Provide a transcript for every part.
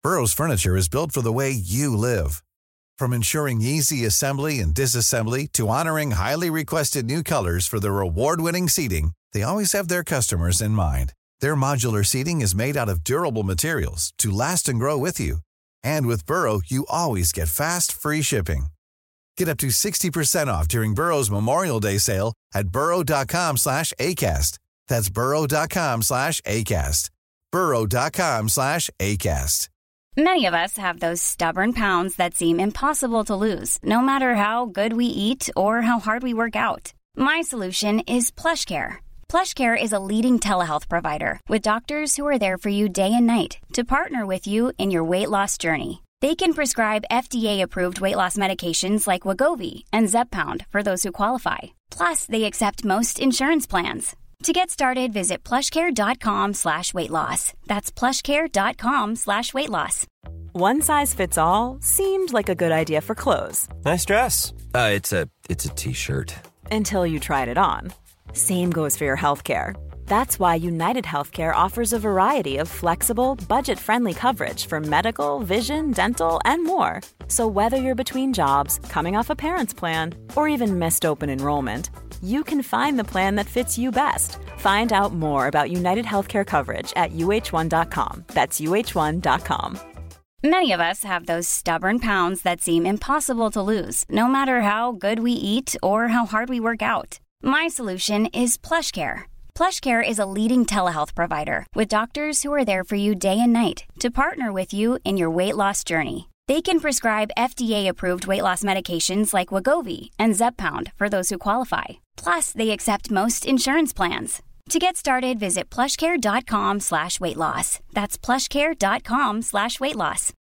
Burrow's furniture is built for the way you live. From ensuring easy assembly and disassembly to honoring highly requested new colors for their award-winning seating, they always have their customers in mind. Their modular seating is made out of durable materials to last and grow with you. And with Burrow, you always get fast, free shipping. Get up to 60% off during Burrow's Memorial Day sale at burrow.com/ACAST. That's burrow.com/ACAST. burrow.com/ACAST. Many of us have those stubborn pounds that seem impossible to lose, no matter how good we eat or how hard we work out. My solution is PlushCare. PlushCare is a leading telehealth provider with doctors who are there for you day and night to partner with you in your weight loss journey. They can prescribe FDA-approved weight loss medications like Wegovy and Zepbound for those who qualify. Plus, they accept most insurance plans. To get started, visit plushcare.com/weightloss. That's plushcare.com/weightloss. One size fits all seemed like a good idea for clothes. Nice dress. It's a t-shirt. Until you tried it on. Same goes for your healthcare. That's why United Healthcare offers a variety of flexible, budget-friendly coverage for medical, vision, dental, and more. So whether you're between jobs, coming off a parent's plan, or even missed open enrollment, you can find the plan that fits you best. Find out more about United Healthcare coverage at uh1.com. That's uh1.com. Many of us have those stubborn pounds that seem impossible to lose, no matter how good we eat or how hard we work out. My solution is PlushCare. PlushCare is a leading telehealth provider with doctors who are there for you day and night to partner with you in your weight loss journey. They can prescribe FDA-approved weight loss medications like Wegovy and Zepbound for those who qualify. Plus, they accept most insurance plans. To get started, visit plushcare.com/weightloss. That's plushcare.com/weightloss.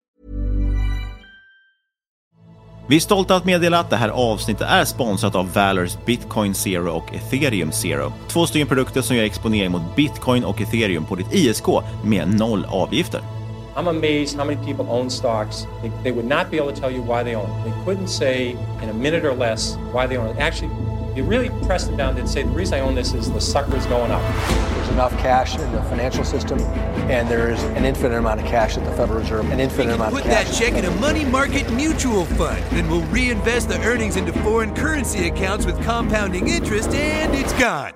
Vi är stolta att meddela att det här avsnittet är sponsrat av Valors Bitcoin Zero och Ethereum Zero. 2 stycken produkter som gör exponering mot Bitcoin och Ethereum på ditt ISK med 0 avgifter. I'm amazed how many people own stocks. They would not be able to tell you why they own it. They couldn't say in a minute or less why they own it. Actually, you really press them down and say the reason I own this is the sucker's going up. There's enough cash in the financial system, and there's an infinite amount of cash at the Federal Reserve. An infinite amount of cash. Put that check in a money market mutual fund. Then we'll reinvest the earnings into foreign currency accounts with compounding interest, and it's gone.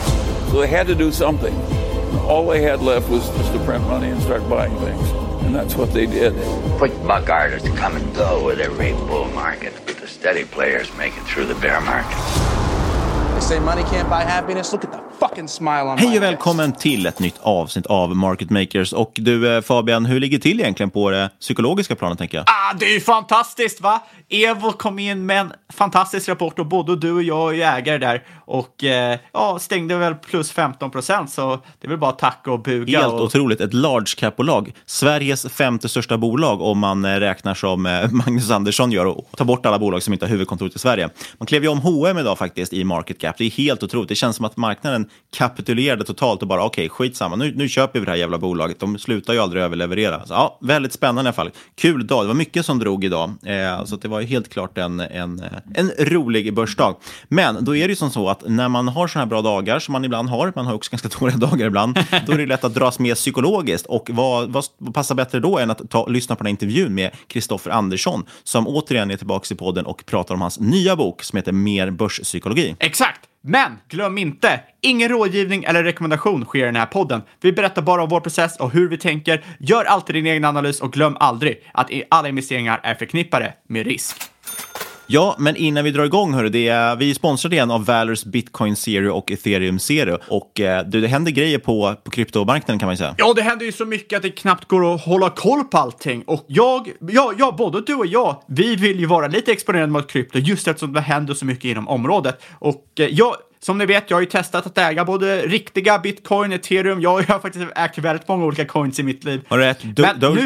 So they had to do something. All they had left was just to print money and start buying things. And that's what they did. Quick buck artists come and go with every bull market, but the steady players make it through the bear market. They say money can't buy happiness. Look at the fucking smile on my Hej och välkommen till ett nytt avsnitt av Market Makers. Och du Fabian, hur ligger till egentligen på det psykologiska planet, tänker jag? Det är ju fantastiskt, va? Evo kom in med en fantastisk rapport och både du och jag är ägare där. Och stängde väl plus 15%, så det är väl bara tacka och buga. Helt otroligt, ett large cap-bolag. Sveriges 5:e största bolag om man räknar som Magnus Andersson gör och tar bort alla bolag som inte har huvudkontoret i Sverige. Man klev ju om H&M idag faktiskt i market cap. Det är helt otroligt. Det känns som att marknaden kapitulerade totalt och bara okej, skitsamma. Nu köper vi det här jävla bolaget. De slutar ju aldrig överleverera. Så, ja, väldigt spännande i alla fall. Kul dag. Det var mycket som drog idag. Så det var helt klart en rolig börsdag. Men då är det ju som så att när man har såna här bra dagar som man ibland har, man har också ganska dåliga dagar ibland, då är det lätt att dras med psykologiskt. Och vad passar bättre då än att lyssna på den här intervjun med Kristoffer Andersson, som återigen är tillbaka i podden och pratar om hans nya bok som heter Mer börspsykologi. Exakt! Men glöm inte, ingen rådgivning eller rekommendation sker i den här podden. Vi berättar bara om vår process och hur vi tänker. Gör alltid din egen analys och glöm aldrig att alla investeringar är förknippade med risk. Ja, men innan vi drar igång, vi är sponsrade igen av Valors Bitcoin Zero och Ethereum Zero. Och det händer grejer på kryptomarknaden, kan man säga. Ja, det händer ju så mycket att det knappt går att hålla koll på allting. Och både du och jag, vi vill ju vara lite exponerade mot krypto just eftersom det händer så mycket inom området. Och som ni vet, jag har ju testat att äga både riktiga Bitcoin, Ethereum. Jag har faktiskt ägt väldigt många olika coins i mitt liv. Har du ägt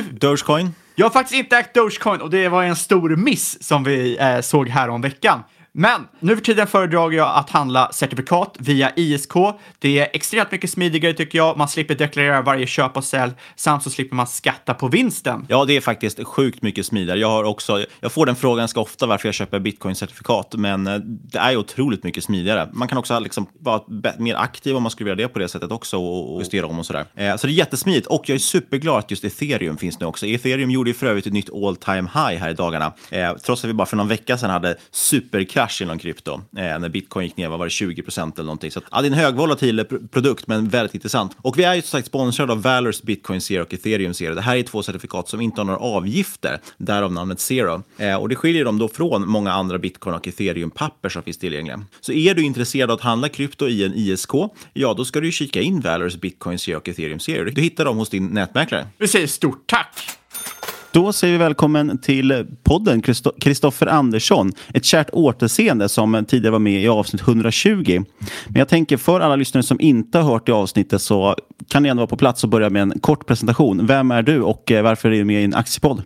Dogecoin? Jag har faktiskt inte ägt Dogecoin och det var en stor miss som vi såg här om veckan. Men nu för tiden föredrar jag att handla certifikat via ISK. Det är extremt mycket smidigare tycker jag. Man slipper deklarera varje köp och sälj samt så slipper man skatta på vinsten. Ja, det är faktiskt sjukt mycket smidigare. Jag får den frågan ganska ofta varför jag köper Bitcoin-certifikat, men det är otroligt mycket smidigare. Man kan också liksom vara mer aktiv om man skulle vilja det på det sättet också och justera om och sådär. Så det är jättesmidigt och jag är superglad att just Ethereum finns nu också. Ethereum gjorde ju för övrigt ett nytt all-time high här i dagarna. Trots att vi bara för någon vecka sedan hade superkrasch inom krypto. När Bitcoin gick ner var det 20% eller någonting. Så det är en högvolatil produkt men väldigt intressant. Och vi är ju som sagt sponsrade av Valors Bitcoin Zero och Ethereum Zero. Det här är 2 certifikat som inte har några avgifter. Därav namnet Zero. Och det skiljer dem då från många andra Bitcoin och Ethereum-papper som finns tillgängliga. Så är du intresserad av att handla krypto i en ISK, ja då ska du kika in Valors Bitcoin Zero och Ethereum Zero. Du hittar dem hos din nätmäklare. Vi säger stort tack! Då säger vi välkommen till podden Kristoffer Andersson. Ett kärt återseende som tidigare var med i avsnitt 120. Men jag tänker för alla lyssnare som inte har hört det avsnittet så kan ni ändå vara på plats och börja med en kort presentation. Vem är du och varför är du med i en aktiepodd?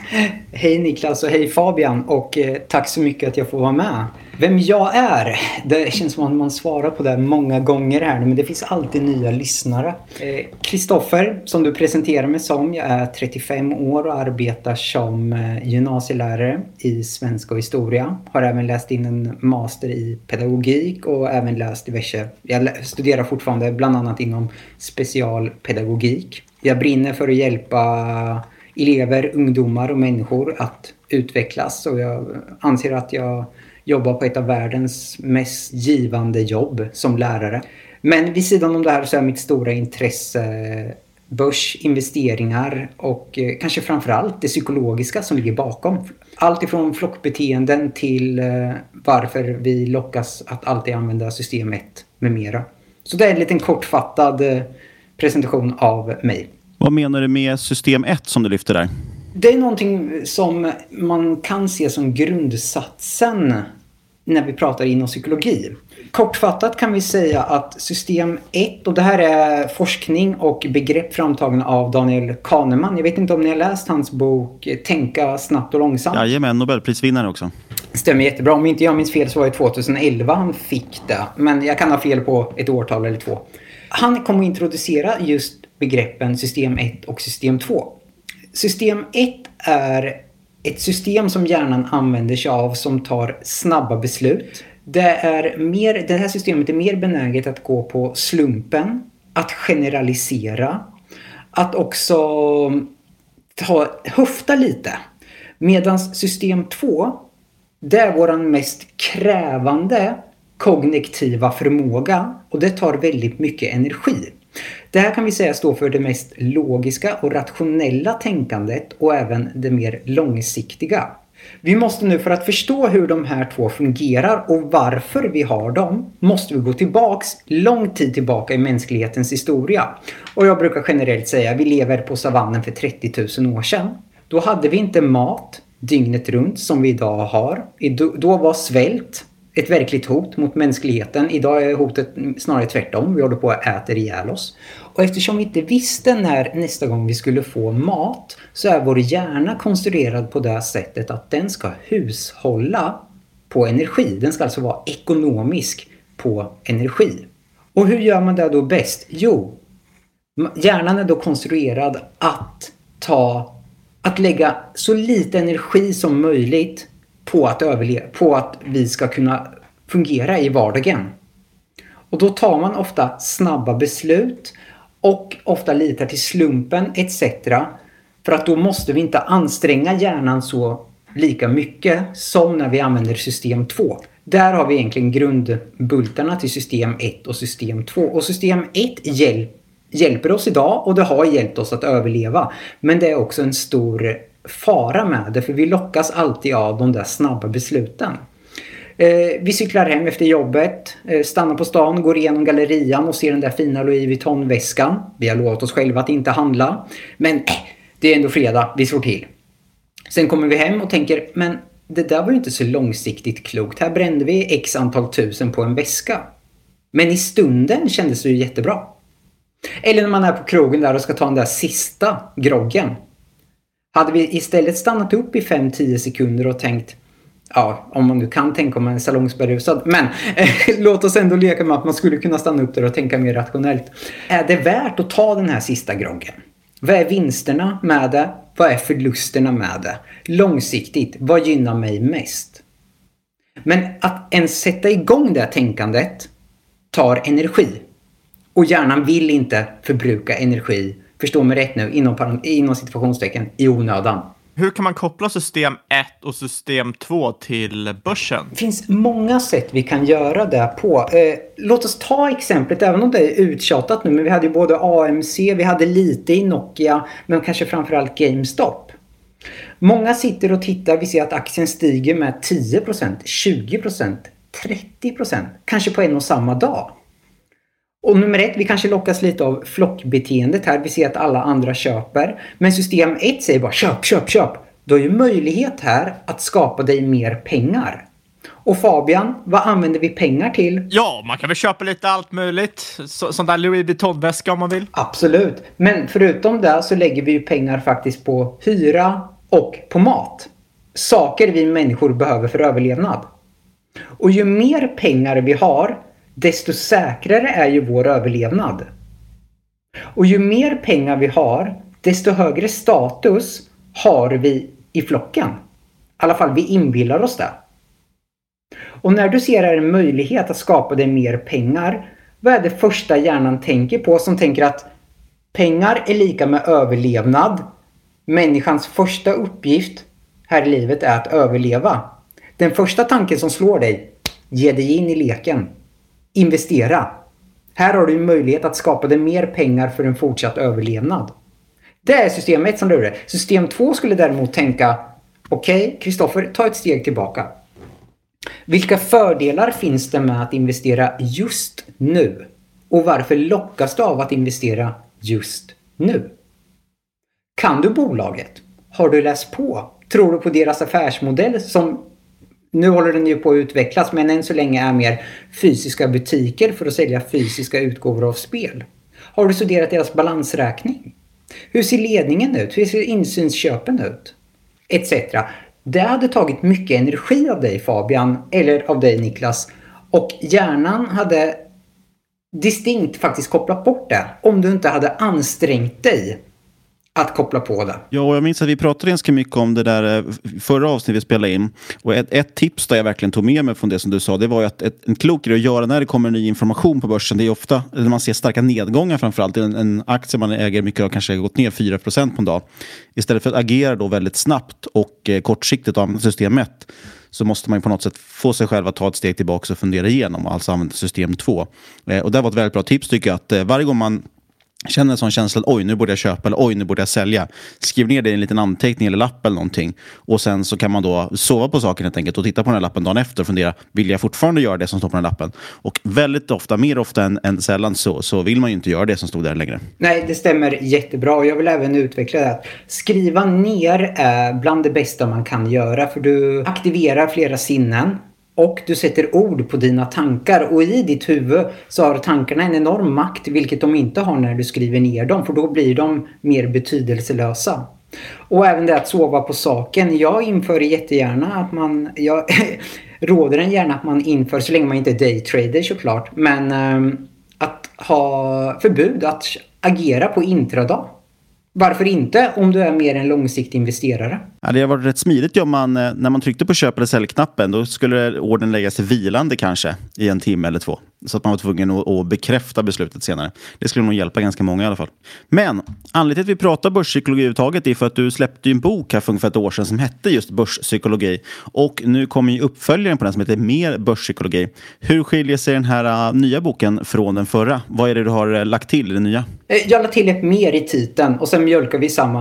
Hej Niklas och hej Fabian och tack så mycket att jag får vara med. Vem jag är, det känns som att man svarar på det många gånger här men det finns alltid nya lyssnare. Kristoffer, som du presenterar mig som, jag är 35 år och arbetar som gymnasielärare i svenska och historia. Har även läst in en master i pedagogik och även läst diverse. Jag studerar fortfarande bland annat inom specialpedagogik. Jag brinner för att hjälpa elever, ungdomar och människor att utvecklas och jag anser att jag jobbar på ett av världens mest givande jobb som lärare. Men vid sidan om det här så är mitt stora intresse börs, investeringar och kanske framförallt det psykologiska som ligger bakom. Allt ifrån flockbeteenden till varför vi lockas att alltid använda system 1 med mera. Så det är en liten kortfattad presentation av mig. Vad menar du med system 1 som du lyfter där? Det är någonting som man kan se som grundsatsen när vi pratar inom psykologi. Kortfattat kan vi säga att system 1, och det här är forskning och begrepp framtagna av Daniel Kahneman. Jag vet inte om ni har läst hans bok Tänka snabbt och långsamt. Jajamän, Nobelprisvinnare också. Stämmer jättebra. Om inte jag minns fel så var det 2011 han fick det. Men jag kan ha fel på ett årtal eller 2. Han kommer att introducera just begreppen system 1 och system 2. System 1 är ett system som hjärnan använder sig av som tar snabba beslut. Det här systemet är mer benäget att gå på slumpen, att generalisera, att också höfta lite. Medan system 2, det är våran mest krävande kognitiva förmåga och det tar väldigt mycket energi. Det här kan vi säga står för det mest logiska och rationella tänkandet och även det mer långsiktiga. Vi måste nu för att förstå hur de här två fungerar och varför vi har dem måste vi gå lång tid tillbaka i mänsklighetens historia. Och jag brukar generellt säga att vi lever på savannen för 30 000 år sedan. Då hade vi inte mat dygnet runt som vi idag har. Då var svält ett verkligt hot mot mänskligheten. Idag är hotet snarare tvärtom. Vi håller på att äta ihjäl oss. Och eftersom vi inte visste när nästa gång vi skulle få mat så är vår hjärna konstruerad på det sättet att den ska hushålla på energi. Den ska alltså vara ekonomisk på energi. Och hur gör man det då bäst? Jo, hjärnan är då konstruerad att lägga så lite energi som möjligt på att överleva, på att vi ska kunna fungera i vardagen. Och då tar man ofta snabba beslut och ofta litar till slumpen etc. För att då måste vi inte anstränga hjärnan så lika mycket som när vi använder system 2. Där har vi egentligen grundbultarna till system 1 och system 2. Och system 1 hjälper oss idag och det har hjälpt oss att överleva. Men det är också en stor fara med det, för vi lockas alltid av de där snabba besluten. Vi cyklar hem efter jobbet, stannar på stan, går igenom gallerian och ser den där fina Louis Vuitton-väskan. Vi har lovat oss själva att inte handla, men det är ändå fredag, vi slår till. Sen kommer vi hem och tänker, men det där var ju inte så långsiktigt klokt. Här brände vi x antal tusen på en väska. Men i stunden kändes det ju jättebra. Eller när man är på krogen där och ska ta den där sista groggen. Hade vi istället stannat upp i 5-10 sekunder och tänkt, Ja, om man nu kan tänka om en salongsberusad. Men låt oss ändå leka med att man skulle kunna stanna upp där och tänka mer rationellt. Är det värt att ta den här sista groggen? Vad är vinsterna med det? Vad är förlusterna med det? Långsiktigt, vad gynnar mig mest? Men att ens sätta igång det tänkandet tar energi. Och hjärnan vill inte förbruka energi, förstå mig rätt nu, inom situationstecken, i onödan. Hur kan man koppla system 1 och system 2 till börsen? Det finns många sätt vi kan göra det på. Låt oss ta exemplet, även om det är uttjatat nu, men vi hade ju både AMC, vi hade lite i Nokia, men kanske framförallt GameStop. Många sitter och tittar, vi ser att aktien stiger med 10%, 20%, 30%, kanske på en och samma dag. Och nummer 1, vi kanske lockas lite av flockbeteendet här. Vi ser att alla andra köper. Men system 1 säger bara köp, köp, köp. Du har ju möjlighet här att skapa dig mer pengar. Och Fabian, vad använder vi pengar till? Ja, man kan väl köpa lite allt möjligt. Sån där Louis Vuitton-väska om man vill. Absolut. Men förutom det så lägger vi ju pengar faktiskt på hyra och på mat. Saker vi människor behöver för överlevnad. Och ju mer pengar vi har, desto säkrare är ju vår överlevnad. Och ju mer pengar vi har, desto högre status har vi i flocken. I alla fall vi inbillar oss det. Och när du ser en möjlighet att skapa dig mer pengar, vad är det första hjärnan tänker på, som tänker att pengar är lika med överlevnad. Människans första uppgift här i livet är att överleva. Den första tanken som slår dig, ge dig in i leken. Investera. Här har du en möjlighet att skapa dig mer pengar för en fortsatt överlevnad. Det är system 1 som lurar det. System 2 skulle däremot tänka, okej, Kristoffer, ta ett steg tillbaka. Vilka fördelar finns det med att investera just nu? Och varför lockas du av att investera just nu? Kan du bolaget? Har du läst på? Tror du på deras affärsmodell som nu håller den ju på att utvecklas, men än så länge är mer fysiska butiker för att sälja fysiska utgåvor av spel? Har du studerat deras balansräkning? Hur ser ledningen ut? Hur ser insynsköpen ut? Etc. Det hade tagit mycket energi av dig, Fabian, eller av dig, Niklas. Och hjärnan hade distinkt faktiskt kopplat bort det om du inte hade ansträngt dig att koppla på det. Ja, och jag minns att vi pratade ganska mycket om det där förra avsnittet vi spelade in. Och ett tips där jag verkligen tog med mig från det som du sa, det var ju att en klok grej att göra när det kommer ny information på börsen, det är ofta när man ser starka nedgångar, framförallt en aktie man äger mycket av kanske har gått ner 4% på en dag. Istället för att agera då väldigt snabbt och kortsiktigt och använda system 1, så måste man ju på något sätt få sig själv att ta ett steg tillbaka och fundera igenom, och alltså använda system 2. Och det var ett väldigt bra tips, tycker jag, att varje gång man känner en sån känsla att oj, nu borde jag köpa, eller oj, nu borde jag sälja, skriv ner det i en liten anteckning eller lapp eller någonting, och sen så kan man då sova på saken helt enkelt och titta på den här lappen dagen efter och fundera, vill jag fortfarande göra det som står på den här lappen? Och väldigt ofta, mer ofta än sällan så vill man ju inte göra det som stod där längre. Nej, det stämmer jättebra, och jag vill även utveckla det. Skriva ner är bland det bästa man kan göra, för du aktiverar flera sinnen. Och du sätter ord på dina tankar, och i ditt huvud så har tankarna en enorm makt, vilket de inte har när du skriver ner dem, för då blir de mer betydelselösa. Och även det att sova på saken. Jag inför jättegärna att jag råder en gärna att man inför, så länge man inte är daytrader såklart, men att ha förbud att agera på intradag. Varför inte om du är mer en långsiktig investerare? Ja, det har varit rätt smidigt när man tryckte på köp- eller säljknappen. Då skulle orden lägga sig vilande kanske i en timme eller två. Så att man var tvungen att bekräfta beslutet senare. Det skulle nog hjälpa ganska många i alla fall. Men anledningen till att vi pratar börspsykologi överhuvudtaget är för att du släppte en bok här för ungefär ett år sedan som hette just börspsykologi. Och nu kommer ju uppföljaren på den som heter Mer börspsykologi. Hur skiljer sig den här nya boken från den förra? Vad är det du har lagt till i det nya? Jag la till ett mer i titeln och sen mjölkar vi samma...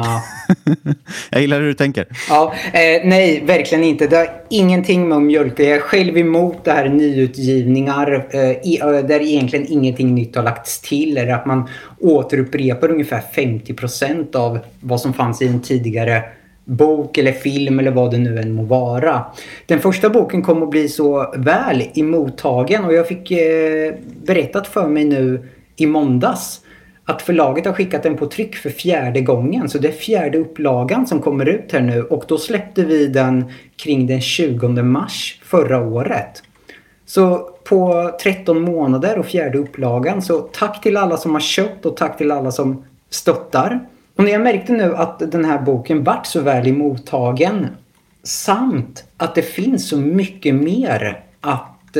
Jag gillar hur du tänker. Ja, nej, verkligen inte. Det har ingenting med att mjölka. Jag är själv emot det här nyutgivningar där egentligen ingenting nytt har lagts till, eller att man återupprepar ungefär 50% av vad som fanns i en tidigare bok eller film eller vad det nu än må vara. Den första boken kom att bli så väl emottagen, och jag fick berättat för mig nu i måndags att förlaget har skickat den på tryck för 4:e gången. Så det är 4:e upplagan som kommer ut här nu. Och då släppte vi den kring den 20 mars förra året. Så på 13 månader och 4:e upplagan. Så tack till alla som har köpt och tack till alla som stöttar. Och när jag märkte nu att den här boken vart så väl mottagen. Samt att det finns så mycket mer att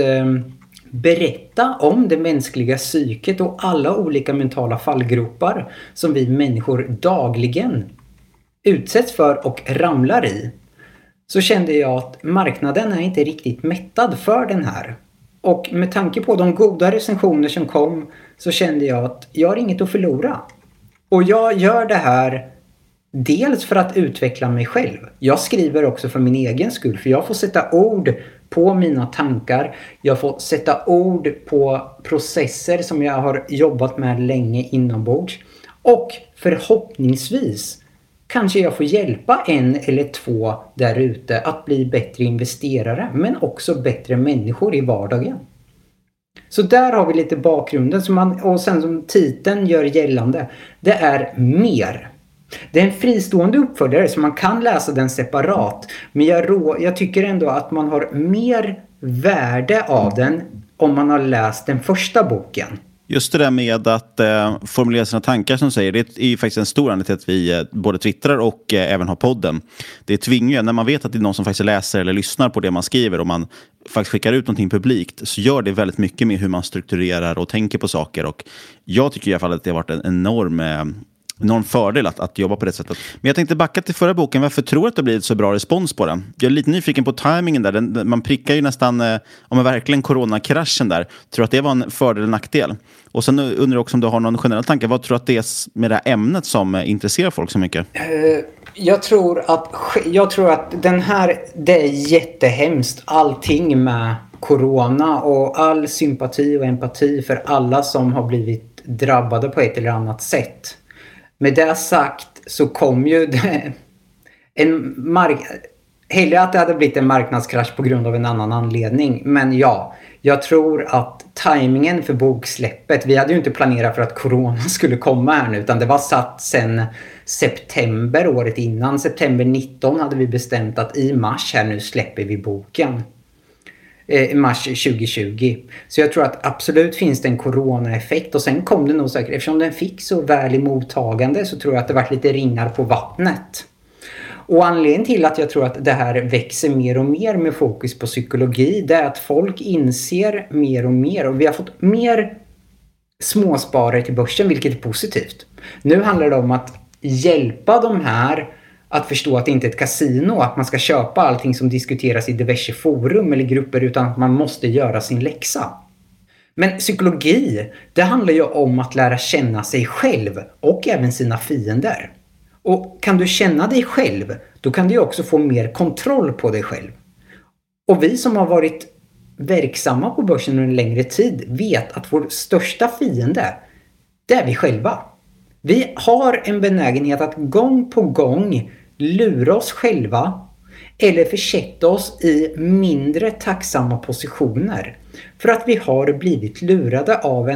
berätta om det mänskliga psyket och alla olika mentala fallgropar som vi människor dagligen utsätts för och ramlar i. Så kände jag att marknaden är inte riktigt mättad för den här. Och med tanke på de goda recensioner som kom så kände jag att jag har inget att förlora. Och jag gör det här dels för att utveckla mig själv. Jag skriver också för min egen skull. För jag får sätta ord på mina tankar. Jag får sätta ord på processer som jag har jobbat med länge inombords. Och förhoppningsvis kanske jag får hjälpa 1 eller 2 där ute att bli bättre investerare. Men också bättre människor i vardagen. Så där har vi lite bakgrunden. Och sen som titeln gör gällande. Det är mer. Det är en fristående uppföljare så man kan läsa den separat. Men jag tycker ändå att man har mer värde av den om man har läst den första boken. Just det där med att formulera sina tankar som säger, det är ju faktiskt en stor anledning till att vi både twittrar och även har podden. Det tvingar ju, när man vet att det är någon som faktiskt läser eller lyssnar på det man skriver och man faktiskt skickar ut någonting publikt, så gör det väldigt mycket med hur man strukturerar och tänker på saker. Och jag tycker i alla fall att det har varit en enorm fördel att jobba på det sättet. Men jag tänkte backa till förra boken. Varför tror du att det blivit så bra respons på den? Jag är lite nyfiken på timingen där. Man prickar ju nästan om verkligen coronakraschen där. Tror att det var en fördel eller nackdel? Och sen undrar jag också om du har någon generell tanke. Vad tror du att det är med det här ämnet som intresserar folk så mycket? Jag tror att den här, det är jättehemskt. Allting med corona och all sympati och empati för alla som har blivit drabbade på ett eller annat sätt. Med det sagt så kom ju det hellre att det hade blivit en marknadskrasch på grund av en annan anledning. Men ja, jag tror att tajmingen för boksläppet, vi hade ju inte planerat för att corona skulle komma här nu, utan det var satt sedan september året innan. September 19 hade vi bestämt att i mars här nu släpper vi boken. Mars 2020. Så jag tror att absolut finns det en corona-effekt. Och sen kom det nog säkert, eftersom den fick så väl i mottagande, så tror jag att det varit lite ringar på vattnet. Och anledningen till att jag tror att det här växer mer och mer med fokus på psykologi, det är att folk inser mer och mer. Och vi har fått mer småsparare till börsen, vilket är positivt. Nu handlar det om att hjälpa de här att förstå att det inte är ett kasino, att man ska köpa allting som diskuteras i diverse forum eller grupper, utan att man måste göra sin läxa. Men psykologi, det handlar ju om att lära känna sig själv och även sina fiender. Och kan du känna dig själv, då kan du också få mer kontroll på dig själv. Och vi som har varit verksamma på börsen under en längre tid vet att vår största fiende, det är vi själva. Vi har en benägenhet att gång på gång lura oss själva eller försätta oss i mindre tacksamma positioner för att vi har blivit lurade av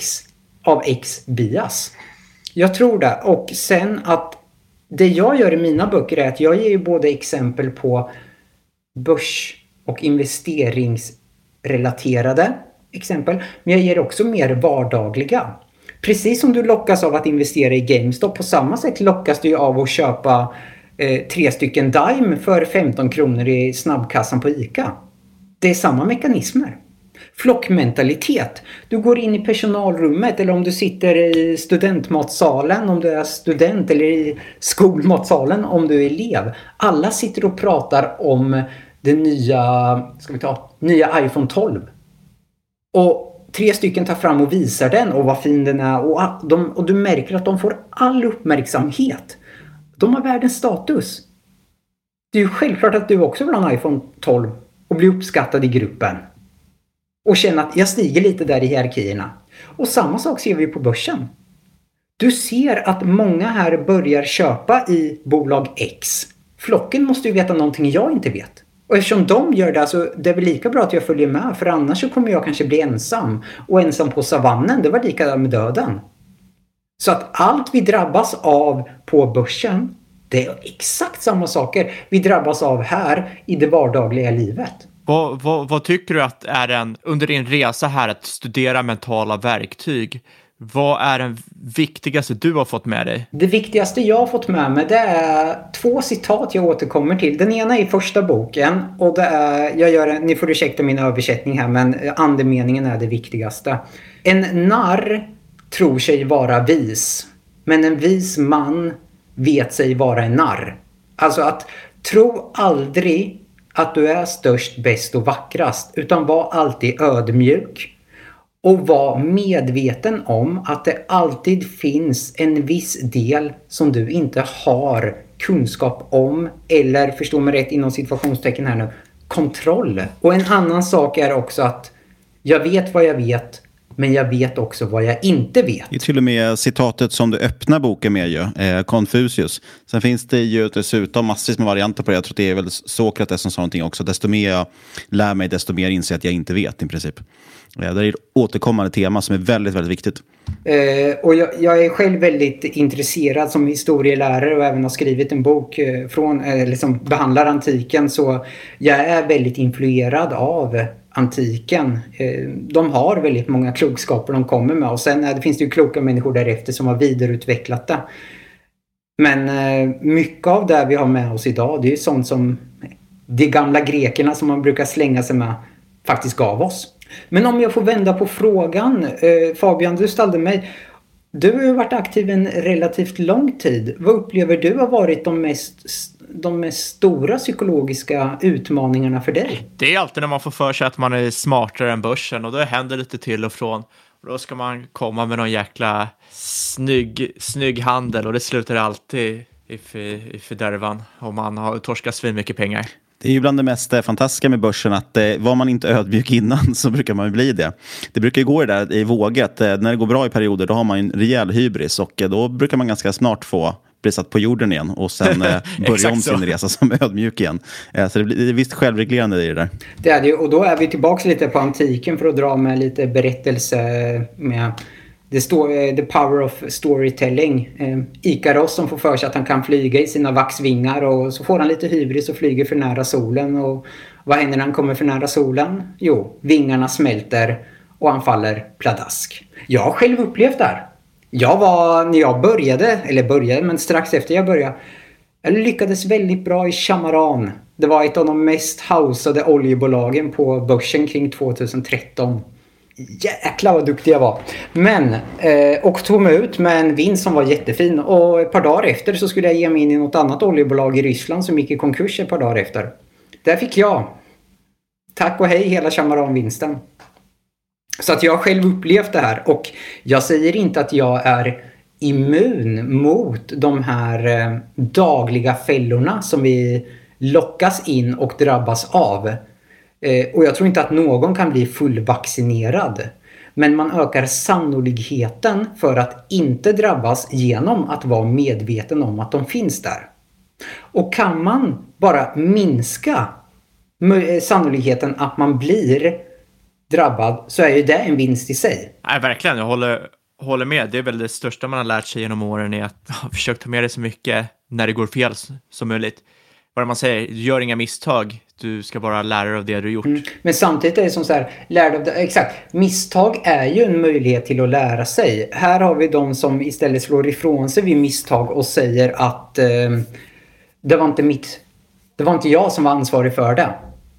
X-bias. Jag tror det. Och sen att det jag gör i mina böcker är att jag ger ju både exempel på börs- och investeringsrelaterade exempel, men jag ger också mer vardagliga. Precis som du lockas av att investera i GameStop, på samma sätt lockas du av att köpa 3 stycken Dime för 15 kronor i snabbkassan på ICA. Det är samma mekanismer. Flockmentalitet. Du går in i personalrummet, eller om du sitter i studentmatsalen om du är student, eller i skolmatsalen om du är elev. Alla sitter och pratar om den nya iPhone 12. Och 3 stycken tar fram och visar den och vad fin den är. Och du märker att de får all uppmärksamhet. De har världens status. Det är ju självklart att du också vill ha en iPhone 12 och bli uppskattad i gruppen. Och känna att jag stiger lite där i hierarkierna. Och samma sak ser vi på börsen. Du ser att många här börjar köpa i bolag X. Flocken måste ju veta någonting jag inte vet. Och eftersom de gör det, så det är väl lika bra att jag följer med. För annars så kommer jag kanske bli ensam. Och ensam på savannen, det var lika med döden. Så att allt vi drabbas av på börsen, det är exakt samma saker vi drabbas av här i det vardagliga livet. Vad tycker du att är under din resa här att studera mentala verktyg? Vad är den viktigaste du har fått med dig? Det viktigaste jag har fått med mig, det är 2 citat jag återkommer till. Den ena är i första boken och det är, ni får ursäkta min översättning här, men andemeningen är det viktigaste. En narr tror sig vara vis, men en vis man vet sig vara en narr. Alltså att tro aldrig att du är störst, bäst och vackrast, utan var alltid ödmjuk. Och var medveten om att det alltid finns en viss del som du inte har kunskap om, eller, förstå mig rätt inom situationstecken här nu, kontroll. Och en annan sak är också att jag vet vad jag vet, men jag vet också vad jag inte vet. Det är till och med citatet som du öppnar boken med ju, Confucius. Sen finns det ju dessutom massvis med varianter på det. Jag tror att det är väl Sokrates som sa någonting också. Desto mer jag lär mig, desto mer inser jag att jag inte vet i princip. Det är ett återkommande tema som är väldigt, väldigt viktigt. Och jag är själv väldigt intresserad som historielärare och även har skrivit en bok som behandlar antiken. Så jag är väldigt influerad av antiken. De har väldigt många klokskaper de kommer med. Och sen finns det ju kloka människor därefter som har vidareutvecklat det. Men mycket av det vi har med oss idag, det är ju sånt som de gamla grekerna som man brukar slänga sig med faktiskt gav oss. Men om jag får vända på frågan, Fabian, du ställde mig. Du har ju varit aktiv en relativt lång tid. Vad upplever du har varit de mest stora psykologiska utmaningarna för dig? Det är alltid när man får för sig att man är smartare än börsen, och då händer lite till och från. Och då ska man komma med någon jäkla snygg handel, och det slutar alltid i fördärvan om man har torskat svin mycket pengar. Det är ju bland det mest fantastiska med börsen att var man inte ödmjuk innan så brukar man bli det. Det brukar ju gå där i våget. När det går bra i perioder då har man en rejäl hybris, och då brukar man ganska snart få bli satt på jorden igen och sen börja om sin resa som ödmjuk igen. Så det är visst självreglerande i det där. Det är det, och då är vi tillbaka lite på antiken för att dra med lite berättelse med the power of storytelling. Ikaros som får för sig att han kan flyga i sina vaxvingar, och så får han lite hybris och flyger för nära solen. Och vad händer när han kommer för nära solen? Jo, vingarna smälter och han faller pladask. Jag har själv upplevt det här. När jag började, men strax efter jag började, jag lyckades väldigt bra i Chamaran. Det var ett av de mest houseade oljebolagen på börsen kring 2013. Jäklar vad duktig jag var. Men, och tog mig ut med en vinst som var jättefin. Och ett par dagar efter så skulle jag ge mig in i något annat oljebolag i Ryssland som gick i konkurs ett par dagar efter. Där fick jag, tack och hej, hela Chamaran-vinsten. Så att jag har själv upplevt det här. Och jag säger inte att jag är immun mot de här dagliga fällorna som vi lockas in och drabbas av. Och jag tror inte att någon kan bli fullvaccinerad. Men man ökar sannolikheten för att inte drabbas genom att vara medveten om att de finns där. Och kan man bara minska sannolikheten att man blir drabbad, så är ju det en vinst i sig. Nej, verkligen. Jag håller med. Det är väl det största man har lärt sig genom åren, är att försöka ta med dig så mycket när det går fel som möjligt. Vad man säger, gör inga misstag. Du ska bara lära dig av det du gjort. Men samtidigt är det som så här, exakt. Misstag är ju en möjlighet till att lära sig. Här har vi de som istället slår ifrån sig vid misstag och säger att det var inte jag som var ansvarig för det.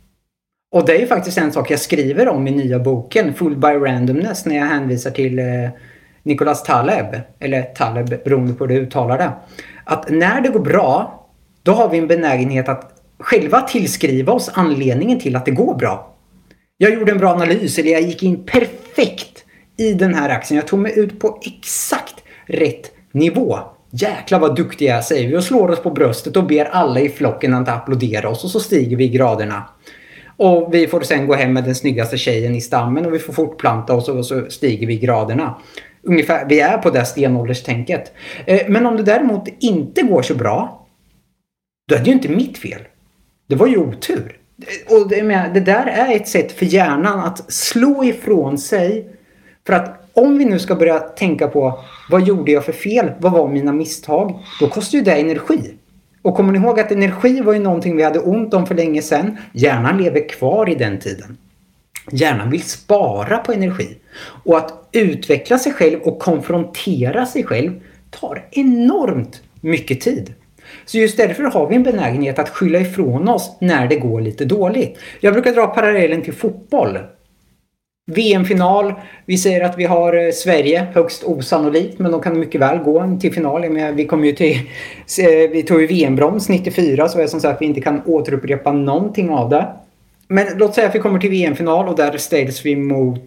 Och det är ju faktiskt en sak jag skriver om i nya boken, Fooled by Randomness, när jag hänvisar till Nicholas Taleb, eller Taleb beroende på hur du uttalar det. Att när det går bra, då har vi en benägenhet att själva tillskriva oss anledningen till att det går bra. Jag gjorde en bra analys, eller jag gick in perfekt i den här aktien. Jag tog mig ut på exakt rätt nivå. Jäklar vad duktiga jag, säger vi, och slår oss på bröstet och ber alla i flocken att applådera oss, och så stiger vi i graderna. Och vi får sen gå hem med den snyggaste tjejen i stammen, och vi får fortplanta oss, och så stiger vi i graderna. Ungefär, vi är på det stenålderstänket. Men om det däremot inte går så bra, då är det ju inte mitt fel. Det var ju otur. Och det där är ett sätt för hjärnan att slå ifrån sig. För att om vi nu ska börja tänka på vad gjorde jag för fel? Vad var mina misstag? Då kostar ju det energi. Och kommer ni ihåg att energi var ju någonting vi hade ont om för länge sedan. Hjärnan lever kvar i den tiden. Hjärnan vill spara på energi. Och att utveckla sig själv och konfrontera sig själv tar enormt mycket tid. Så just därför har vi en benägenhet att skylla ifrån oss när det går lite dåligt. Jag brukar dra parallellen till fotboll. VM-final, vi säger att vi har Sverige, högst osannolikt, men de kan mycket väl gå till final. Men vi tog ju VM-brons 94, så är det som sagt att vi inte kan återupprepa någonting av det. Men låt säga att vi kommer till VM-final och där ställs vi mot,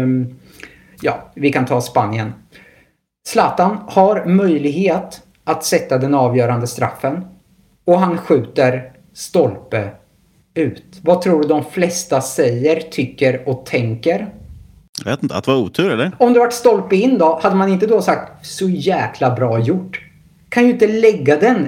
vi kan ta Spanien. Zlatan har möjlighet att sätta den avgörande straffen och han skjuter stolpe ut. Vad tror du de flesta säger, tycker och tänker? Jag vet inte, att det var otur eller? Om det varit stolpe in då, hade man inte då sagt så jäkla bra gjort. Kan ju inte lägga den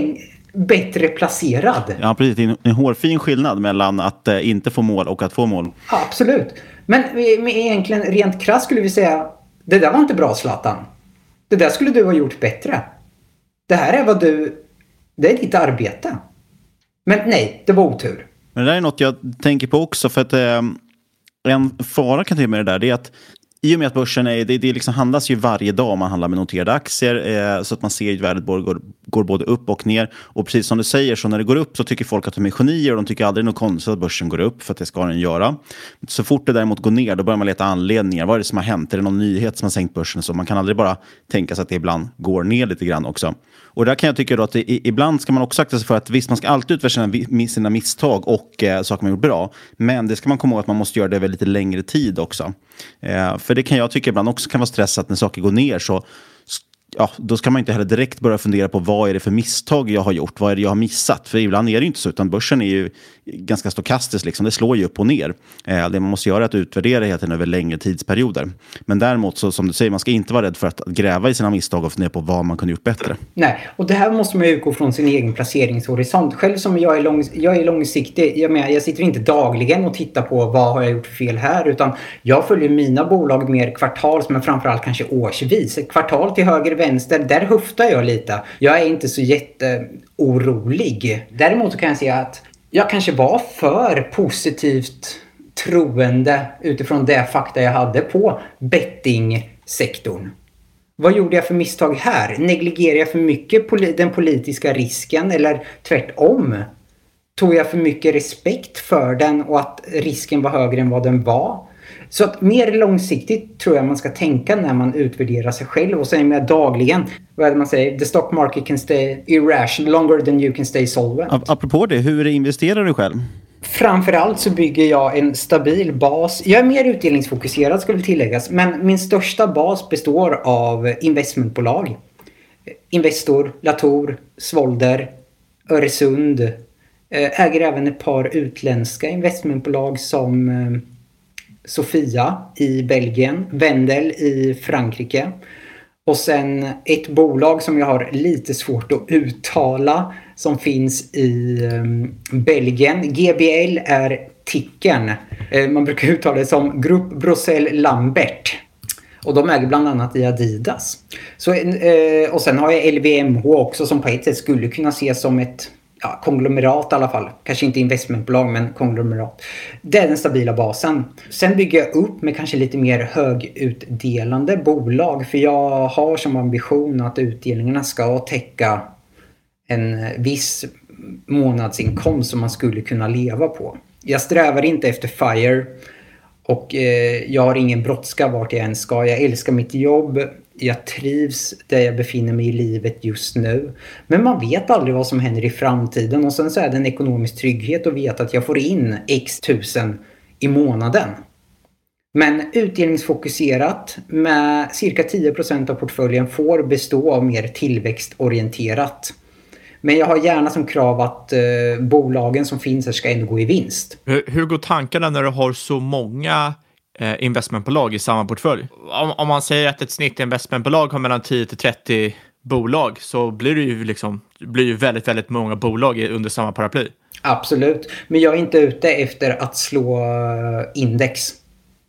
bättre placerad. Ja, precis. Det är en hårfin skillnad mellan att inte få mål och att få mål. Ja, absolut. Men egentligen rent krasst skulle vi säga, det där var inte bra, Zlatan. Det där skulle du ha gjort bättre. Det här är det är ditt arbete. Men nej, det var otur. Men det där är något jag tänker på också, för att en fara kan till med det där, det är att i och med att börsen det liksom handlas ju varje dag om man handlar med noterade aktier, så att man ser att värdet går både upp och ner. Och precis som du säger, så när det går upp så tycker folk att de är genier och de tycker aldrig något konstigt att börsen går upp, för att det ska den göra. Så fort det däremot går ner, då börjar man leta anledningar. Vad är det som har hänt? Är det någon nyhet som har sänkt börsen? Så man kan aldrig bara tänka sig att det ibland går ner lite grann också. Och där kan jag tycka då att ibland ska man också akta sig för att visst, man ska alltid utvärdera sina misstag och saker man gjort bra. Men det ska man komma ihåg att man måste göra det över lite längre tid också. För det kan jag tycka ibland också kan vara stressat när saker går ner, så då ska man inte heller direkt börja fundera på vad är det för misstag jag har gjort, vad är det jag har missat, för ibland är det ju inte så, utan börsen är ju ganska stokastisk liksom, det slår ju upp och ner. Det man måste göra är att utvärdera helt över längre tidsperioder. Men däremot så, som du säger, man ska inte vara rädd för att gräva i sina misstag och fundera på vad man kunde gjort bättre. Nej, och det här måste man ju utgå från sin egen placeringshorisont. Själv som jag är långsiktig, jag sitter inte dagligen och tittar på vad har jag gjort för fel här, utan jag följer mina bolag mer kvartals, men framförallt kanske årsvis. Ett kvartal till höger, vänster, där höftar jag lite. Jag är inte så jätteorolig. Däremot så kan jag säga att jag kanske var för positivt troende utifrån det fakta jag hade på bettingsektorn. Vad gjorde jag för misstag här? Negligerar jag för mycket den politiska risken, eller tvärtom? Tog jag för mycket respekt för den och att risken var högre än vad den var? Så att mer långsiktigt tror jag man ska tänka när man utvärderar sig själv. Och sen med dagligen, vad är det man säger? The stock market can stay irrational longer than you can stay solvent. Apropå det, hur investerar du själv? Framförallt så bygger jag en stabil bas. Jag är mer utdelningsfokuserad, ska väl tilläggas. Men min största bas består av investmentbolag. Investor, Latour, Svolder, Öresund. Äger även ett par utländska investmentbolag som Sofia i Belgien, Wendel i Frankrike. Och sen ett bolag som jag har lite svårt att uttala som finns i Belgien. GBL är tickern. Man brukar uttala det som Grupp Bruxelles Lambert. Och de äger bland annat i Adidas. Och sen har jag LVMH också som på ett sätt skulle kunna ses som ett konglomerat i alla fall. Kanske inte investmentbolag, men konglomerat. Det är den stabila basen. Sen bygger jag upp med kanske lite mer högutdelande bolag. För jag har som ambition att utdelningarna ska täcka en viss månadsinkomst som man skulle kunna leva på. Jag strävar inte efter FIRE. Och jag har ingen brådska vart jag än ska. Jag älskar mitt jobb. Jag trivs där jag befinner mig i livet just nu. Men man vet aldrig vad som händer i framtiden. Och sen så är det en ekonomisk trygghet att veta att jag får in x tusen i månaden. Men utdelningsfokuserat med cirka 10% av portföljen får bestå av mer tillväxtorienterat. Men jag har gärna som krav att bolagen som finns här ska ändå gå i vinst. Hur går tankarna när du har så många investmentbolag i samma portfölj? Om man säger att ett snittinvestmentbolag har mellan 10-30 bolag, så blir det ju väldigt, väldigt många bolag under samma paraply. Absolut. Men jag är inte ute efter att slå index.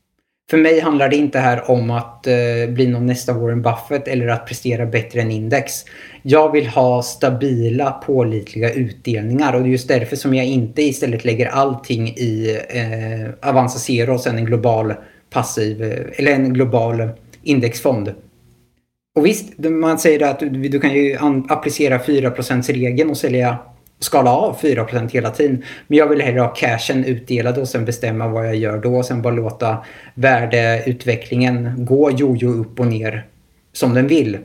För mig handlar det inte här om att bli någon nästa Warren Buffett eller att prestera bättre än index. Jag vill ha stabila, pålitliga utdelningar och det är just därför som jag inte istället lägger allting i Avanza Zero och sen en global passiv eller en global indexfond. Och visst, man säger att du kan ju applicera 4%-regeln och skala av 4% hela tiden. Men jag vill hellre ha cashen utdelad och sen bestämma vad jag gör då. Och sen bara låta värdeutvecklingen gå jojo upp och ner som den vill.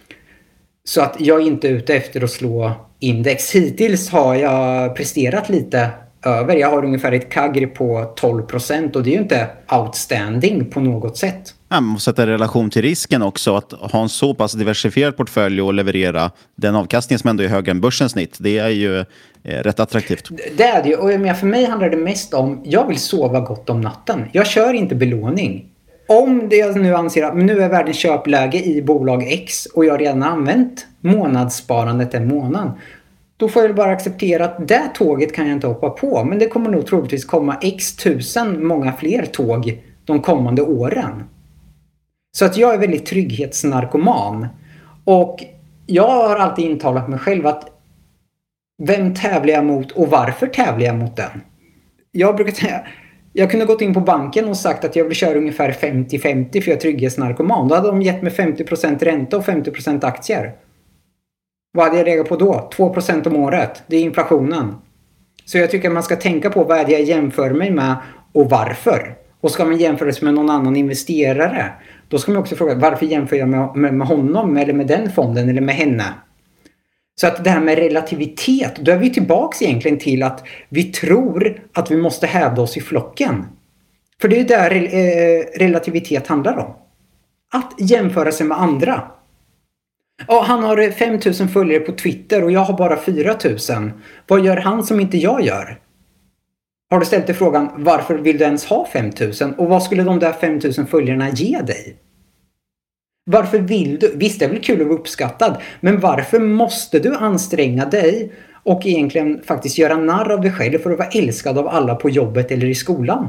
Så att jag är inte ute efter att slå index. Hittills har jag presterat lite över. Jag har ungefär ett CAGR på 12% och det är ju inte outstanding på något sätt. Man måste sätta i relation till risken också. Att ha en så pass diversifierad portfölj och leverera den avkastning som ändå är högre än börsens snitt. Det är ju rätt attraktivt. Det är det ju. Och för mig handlar det mest om jag vill sova gott om natten. Jag kör inte belåning. Om det jag nu anser att nu är världens köpläge i bolag X och jag redan använt månadssparandet en månad. Då får jag bara acceptera att det tåget kan jag inte hoppa på. Men det kommer nog troligtvis komma x tusen många fler tåg de kommande åren. Så att jag är väldigt trygghetsnarkoman. Och jag har alltid intalat mig själv att vem tävlar jag mot och varför tävlar jag mot den? Jag kunde gått in på banken och sagt att jag vill köra ungefär 50-50 för jag är trygghetsnarkoman. Då hade de gett mig 50% ränta och 50% aktier. Vad hade jag legat på då? 2% om året. Det är inflationen. Så jag tycker att man ska tänka på vad är det jag jämför mig med och varför. Och ska man jämföra sig med någon annan investerare, då ska man också fråga varför jämför jag med honom eller med den fonden eller med henne. Så att det här med relativitet, då är vi tillbaka egentligen till att vi tror att vi måste hävda oss i flocken. För det är där relativitet handlar om. Att jämföra sig med andra. Ja, han har 5000 följare på Twitter och jag har bara 4000. Vad gör han som inte jag gör? Har du ställt dig frågan, varför vill du ens ha 5000? Och vad skulle de där 5000 följarna ge dig? Varför vill du? Visst, det är väl kul att vara uppskattad. Men varför måste du anstränga dig och egentligen faktiskt göra narr av dig själv för att vara älskad av alla på jobbet eller i skolan?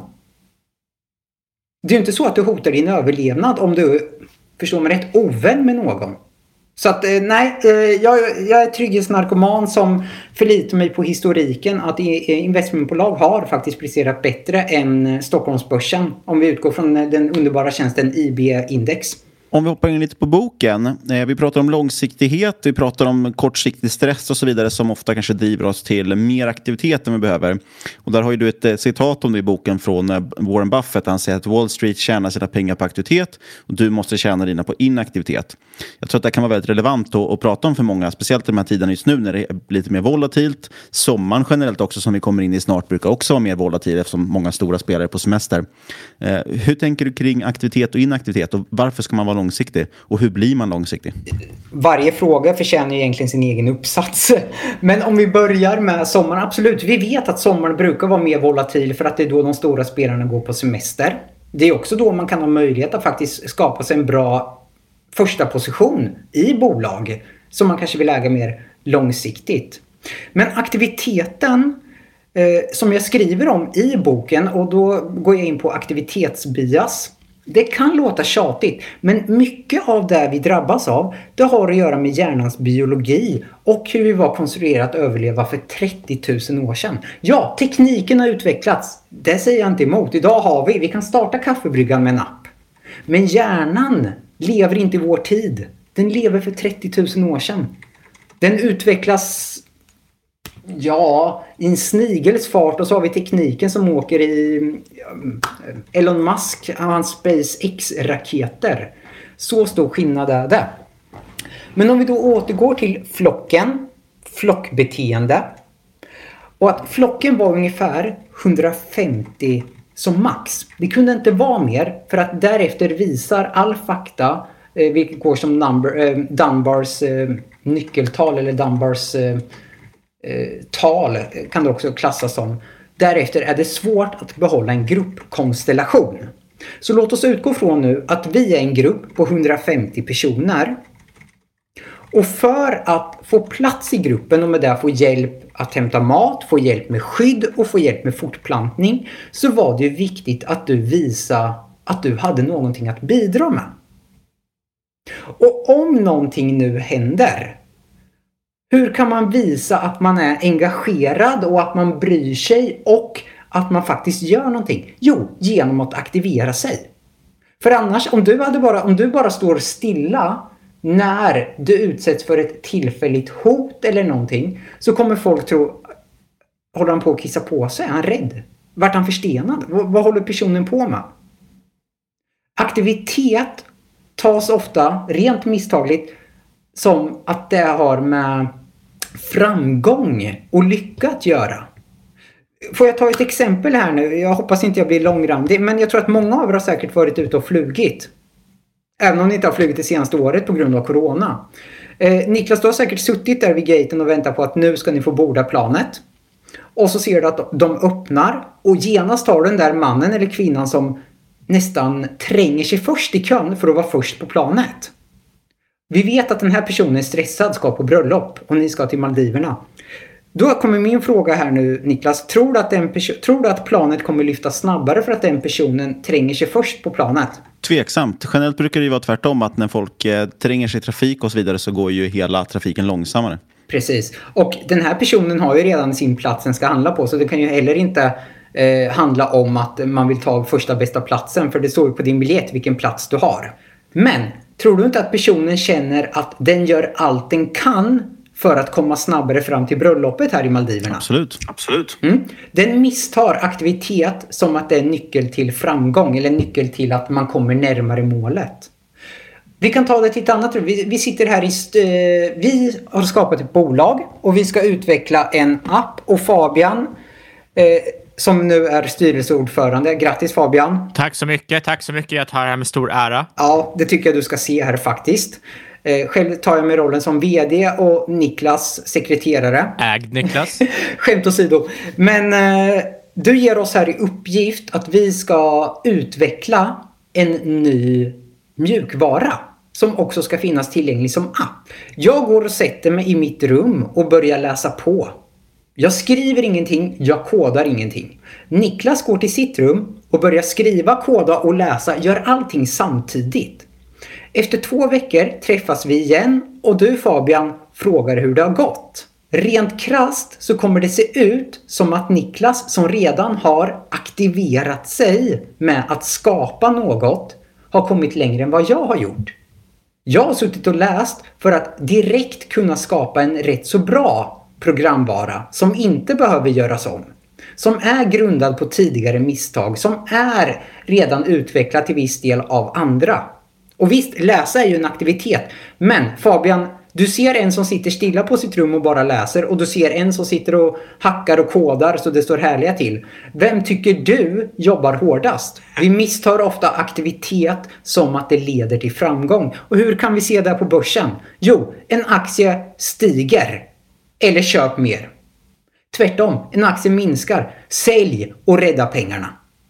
Det är ju inte så att du hotar din överlevnad om du, förstår mig rätt, ovän med någon. Så att nej, jag är trygghetsnarkoman som förlitar mig på historiken att investmentbolag har faktiskt presterat bättre än Stockholmsbörsen om vi utgår från den underbara tjänsten IB-index. Om vi hoppar in lite på boken. Vi pratar om långsiktighet, vi pratar om kortsiktig stress och så vidare som ofta kanske driver oss till mer aktivitet än vi behöver. Och där har ju du ett citat om det i boken från Warren Buffett. Han säger att Wall Street tjänar sina pengar på aktivitet och du måste tjäna dina på inaktivitet. Jag tror att det kan vara väldigt relevant att prata om för många, speciellt i de här tiderna just nu när det är lite mer volatilt. Sommaren generellt också som vi kommer in i snart brukar också vara mer volatil eftersom många stora spelare är på semester. Hur tänker du kring aktivitet och inaktivitet och varför ska man vara långsiktig? Och hur blir man långsiktig? Varje fråga förtjänar egentligen sin egen uppsats. Men om vi börjar med sommaren, absolut. Vi vet att sommaren brukar vara mer volatil för att det är då de stora spelarna går på semester. Det är också då man kan ha möjlighet att faktiskt skapa sig en bra första position i bolag som man kanske vill äga mer långsiktigt. Men aktiviteten som jag skriver om i boken, och då går jag in på aktivitetsbias. Det kan låta tjatigt, men mycket av det vi drabbas av, det har att göra med hjärnans biologi och hur vi var konstruerat att överleva för 30 000 år sedan. Ja, tekniken har utvecklats. Det säger jag inte emot. Idag vi kan starta kaffebryggan med en app. Men hjärnan lever inte i vår tid. Den lever för 30 000 år sedan. Den utvecklas i en snigels fart, och så har vi tekniken som åker i Elon Musk och hans SpaceX-raketer. Så stor skillnad är det. Men om vi då återgår till flockbeteende, och att flocken var ungefär 150 som max. Det kunde inte vara mer, för att därefter visar all fakta, vilket går som Dunbars nyckeltal eller Dunbars tal kan det också klassas som. Därefter är det svårt att behålla en gruppkonstellation. Så låt oss utgå från nu att vi är en grupp på 150 personer. Och för att få plats i gruppen och med det få hjälp att hämta mat, få hjälp med skydd och få hjälp med fortplantning, så var det ju viktigt att du visar att du hade någonting att bidra med. Och om någonting nu händer, hur kan man visa att man är engagerad och att man bryr sig och att man faktiskt gör någonting? Jo, genom att aktivera sig. För annars, om du bara står stilla när du utsätts för ett tillfälligt hot eller någonting, så kommer folk tro, håller han på att kissa på sig? Är han rädd? Vart han förstenad? Vad håller personen på med? Aktivitet tas ofta rent misstagligt som att det har med framgång och lycka att göra. Får jag ta ett exempel här nu? Jag hoppas inte jag blir långrandig, men jag tror att många av er har säkert varit ute och flugit. Även om ni inte har flugit det senaste året på grund av corona. Niklas, du har säkert suttit där vid gaten och väntat på att nu ska ni få borda planet. Och så ser du att de öppnar och genast tar den där mannen eller kvinnan som nästan tränger sig först i kön för att vara först på planet. Vi vet att den här personen är stressad, ska på bröllop och ni ska till Maldiverna. Då kommer min fråga här nu, Niklas. Tror du att planet kommer lyfta snabbare för att den personen tränger sig först på planet? Tveksamt. Generellt brukar det ju vara tvärtom, att när folk tränger sig i trafik och så vidare så går ju hela trafiken långsammare. Precis. Och den här personen har ju redan sin plats den ska handla på, så det kan ju heller inte handla om att man vill ta första bästa platsen, för det står ju på din biljett vilken plats du har. Men tror du inte att personen känner att den gör allt den kan för att komma snabbare fram till bröllopet här i Maldiverna? Absolut. Den misstar aktivitet som att det är nyckel till framgång eller nyckel till att man kommer närmare målet. Vi kan ta det till ett annat. Vi sitter här vi har skapat ett bolag och vi ska utveckla en app, och Fabian som nu är styrelseordförande. Grattis Fabian. Tack så mycket. Jag tar det här med stor ära. Ja, det tycker jag du ska se här faktiskt. Själv tar jag med rollen som vd och Niklas sekreterare. Ägd Niklas. Skämt åsido. Men du ger oss här i uppgift att vi ska utveckla en ny mjukvara som också ska finnas tillgänglig som app. Jag går och sätter mig i mitt rum och börjar läsa på. Jag skriver ingenting, jag kodar ingenting. Niklas går till sitt rum och börjar skriva, koda och läsa, gör allting samtidigt. Efter 2 veckor träffas vi igen och du Fabian frågar hur det har gått. Rent krasst så kommer det se ut som att Niklas, som redan har aktiverat sig med att skapa något, har kommit längre än vad jag har gjort. Jag har suttit och läst för att direkt kunna skapa en rätt så bra programvara som inte behöver göras om. Som är grundad på tidigare misstag, som är redan utvecklat till viss del av andra. Och visst, läsa är ju en aktivitet. Men Fabian, du ser en som sitter stilla på sitt rum och bara läser, och du ser en som sitter och hackar och kodar så det står härliga till. Vem tycker du jobbar hårdast? Vi misstar ofta aktivitet som att det leder till framgång. Och hur kan vi se det på börsen? Jo, en aktie stiger. Eller köp mer. Tvärtom, en aktie minskar. Sälj och rädda pengarna.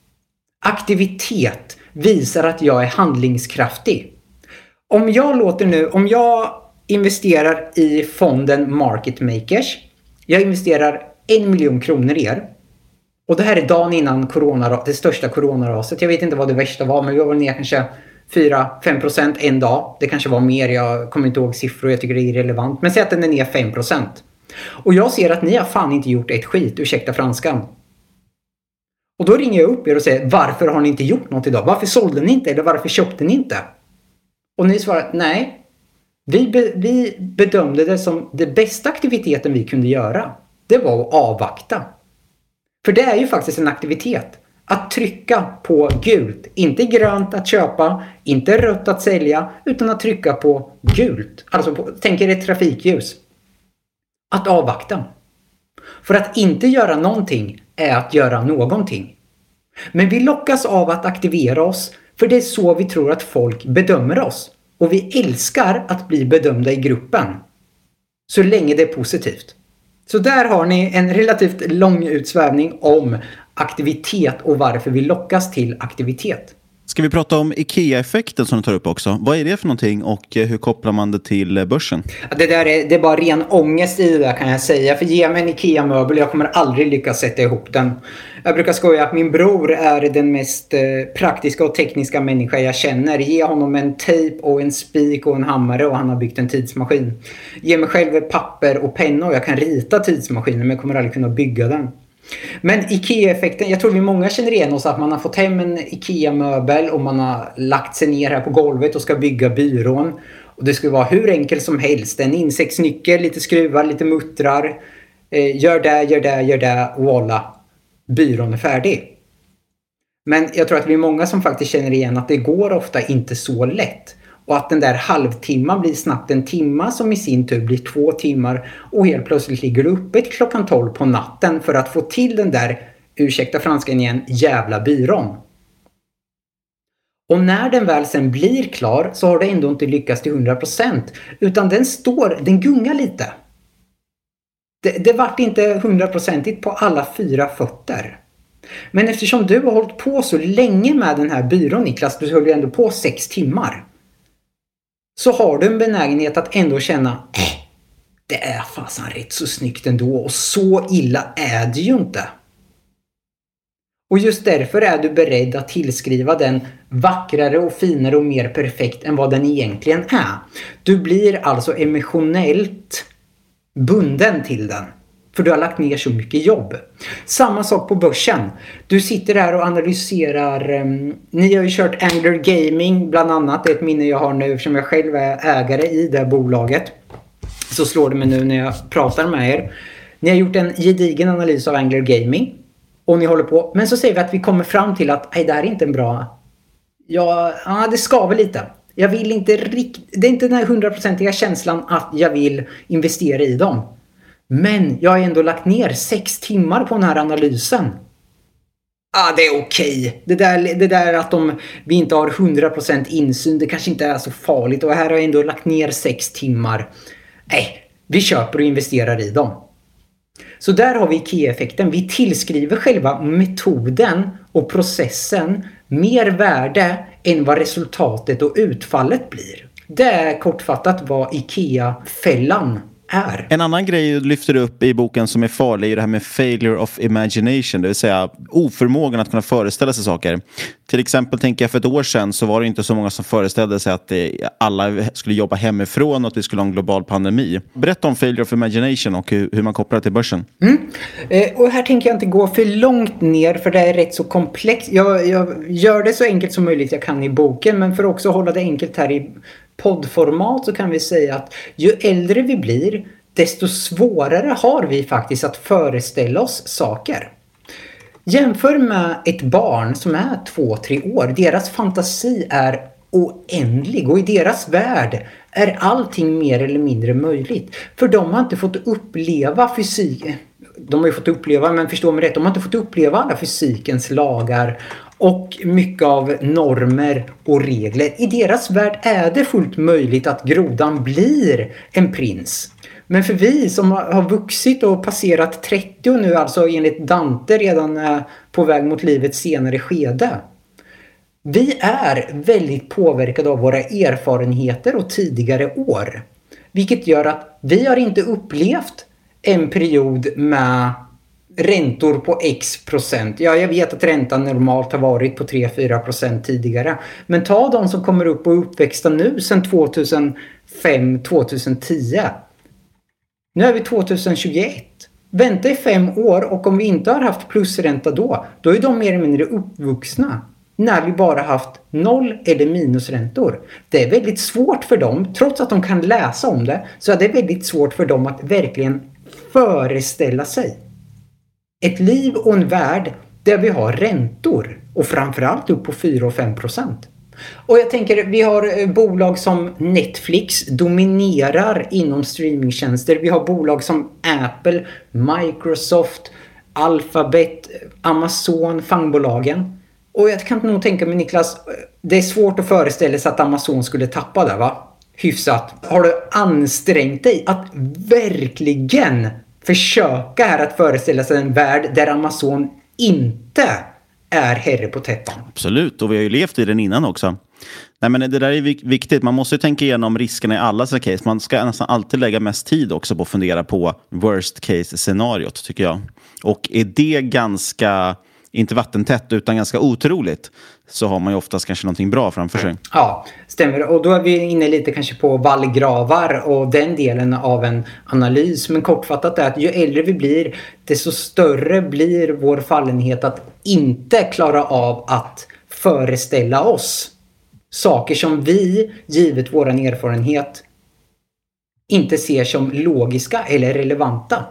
Aktivitet visar att jag är handlingskraftig. Om jag investerar i fonden Market Makers. Jag investerar 1 miljon kronor i er. Och det här är dagen innan det största coronaraset. Jag vet inte vad det värsta var, men vi var ner kanske 4-5% en dag. Det kanske var mer, jag kommer inte ihåg siffror, jag tycker det är irrelevant. Men säg att den är ner 5%. Och jag ser att ni har fan inte gjort ett skit, ursäkta franskan. Och då ringer jag upp er och säger, varför har ni inte gjort något idag? Varför sålde ni inte eller varför köpte ni inte? Och ni svarar, nej. Vi bedömde det som det bästa aktiviteten vi kunde göra. Det var att avvakta. För det är ju faktiskt en aktivitet. Att trycka på gult. Inte grönt att köpa, inte rött att sälja, utan att trycka på gult. Alltså tänk er ett trafikljus. Att avvakta. För att inte göra någonting är att göra någonting. Men vi lockas av att aktivera oss, för det är så vi tror att folk bedömer oss. Och vi älskar att bli bedömda i gruppen. Så länge det är positivt. Så där har ni en relativt lång utsvävning om aktivitet och varför vi lockas till aktivitet. Ska vi prata om IKEA-effekten som du tar upp också? Vad är det för någonting och hur kopplar man det till börsen? Det är bara ren ångest i det där, kan jag säga. För ge mig en IKEA-möbel, jag kommer aldrig lyckas sätta ihop den. Jag brukar skoja att min bror är den mest praktiska och tekniska människa jag känner. Ge honom en tejp och en spik och en hammare och han har byggt en tidsmaskin. Ge mig själv papper och penna och jag kan rita tidsmaskinen, men jag kommer aldrig kunna bygga den. Men IKEA-effekten, jag tror vi många känner igen oss, att man har fått hem en IKEA-möbel och man har lagt sig ner här på golvet och ska bygga byrån. Och det skulle vara hur enkelt som helst. En insektsnyckel, lite skruvar, lite muttrar. Gör det och voila. Byrån är färdig. Men jag tror att vi är många som faktiskt känner igen att det går ofta inte så lätt. Och att den där halvtimman blir snabbt en timma som i sin tur blir 2 timmar. Och helt plötsligt ligger du uppe till klockan 12 på natten för att få till den där, ursäkta franskan igen, jävla byrån. Och när den väl sen blir klar så har det ändå inte lyckats till 100%. Utan den gungar lite. Det vart inte 100% på alla 4 fötter. Men eftersom du har hållit på så länge med den här byrån, Niklas, du höll ju ändå på 6 timmar. Så har du en benägenhet att ändå känna det är fasen rätt så snyggt ändå och så illa är det ju inte. Och just därför är du beredd att tillskriva den vackrare och finare och mer perfekt än vad den egentligen är. Du blir alltså emotionellt bunden till den. För du har lagt ner så mycket jobb. Samma sak på börsen. Du sitter här och analyserar. Ni har ju kört Angler Gaming bland annat. Det är ett minne jag har nu eftersom jag själv är ägare i det bolaget. Så slår det mig nu när jag pratar med er. Ni har gjort en gedigen analys av Angler Gaming. Och ni håller på. Men så säger vi att vi kommer fram till att det här är inte en bra. Ja, det skaver lite. Jag vill inte det är inte den här 100% känslan att jag vill investera i dem. Men jag har ändå lagt ner 6 timmar på den här analysen. Det är okej. Det där att vi inte har 100% insyn, det kanske inte är så farligt. Och här har jag ändå lagt ner 6 timmar. Vi köper och investerar i dem. Så där har vi IKEA-effekten. Vi tillskriver själva metoden och processen mer värde än vad resultatet och utfallet blir. Det är kortfattat vad IKEA-fällan är. En annan grej du lyfter upp i boken som är farlig är det här med failure of imagination, det vill säga oförmågan att kunna föreställa sig saker. Till exempel tänker jag för ett år sedan så var det inte så många som föreställde sig att alla skulle jobba hemifrån och att vi skulle ha en global pandemi. Berätta om failure of imagination och hur man kopplar det till börsen. Och här tänker jag inte gå för långt ner för det är rätt så komplext. Jag gör det så enkelt som möjligt jag kan i boken, men för att också hålla det enkelt här i poddformat så kan vi säga att ju äldre vi blir desto svårare har vi faktiskt att föreställa oss saker. Jämför med ett barn som är 2-3 år. Deras fantasi är oändlig och i deras värld är allting mer eller mindre möjligt. För de har inte fått uppleva fysik. De har ju fått uppleva, men förstå mig rätt, de har inte fått uppleva alla fysikens lagar och mycket av normer och regler. I deras värld är det fullt möjligt att grodan blir en prins. Men för vi som har vuxit och passerat 30 och nu alltså enligt Dante redan är på väg mot livets senare skede. Vi är väldigt påverkade av våra erfarenheter och tidigare år. Vilket gör att vi har inte upplevt en period med räntor på x%. Ja, jag vet att räntan normalt har varit på 3-4% tidigare. Men ta de som kommer upp och uppväxta nu sedan 2005-2010. Nu är vi 2021. Vänta i 5 år och om vi inte har haft plusränta då är de mer eller mindre uppvuxna. När vi bara haft 0 eller minusräntor. Det är väldigt svårt för dem, trots att de kan läsa om det, så är det väldigt svårt för dem att verkligen föreställa sig ett liv och en värld där vi har räntor och framförallt upp på 4-5%. Och jag tänker, vi har bolag som Netflix dominerar inom streamingtjänster. Vi har bolag som Apple, Microsoft, Alphabet, Amazon, fangbolagen. Och jag kan nog tänka mig, Niklas, det är svårt att föreställa sig att Amazon skulle tappa det, va? Hyfsat. Har du ansträngt dig att verkligen försöka här att föreställa sig en värld där Amazon inte är herre på täppan. Absolut, och vi har ju levt i den innan också. Nej, men det där är viktigt. Man måste ju tänka igenom riskerna i alla sina case. Man ska nästan alltid lägga mest tid också på att fundera på worst case-scenariot, tycker jag. Och är det ganska, inte vattentätt utan ganska otroligt, så har man ju oftast kanske någonting bra framför sig. Ja, stämmer. Och då är vi inne lite kanske på vallgravar och den delen av en analys. Men kortfattat är att ju äldre vi blir, desto större blir vår fallenhet att inte klara av att föreställa oss saker som vi, givet våran erfarenhet, inte ser som logiska eller relevanta.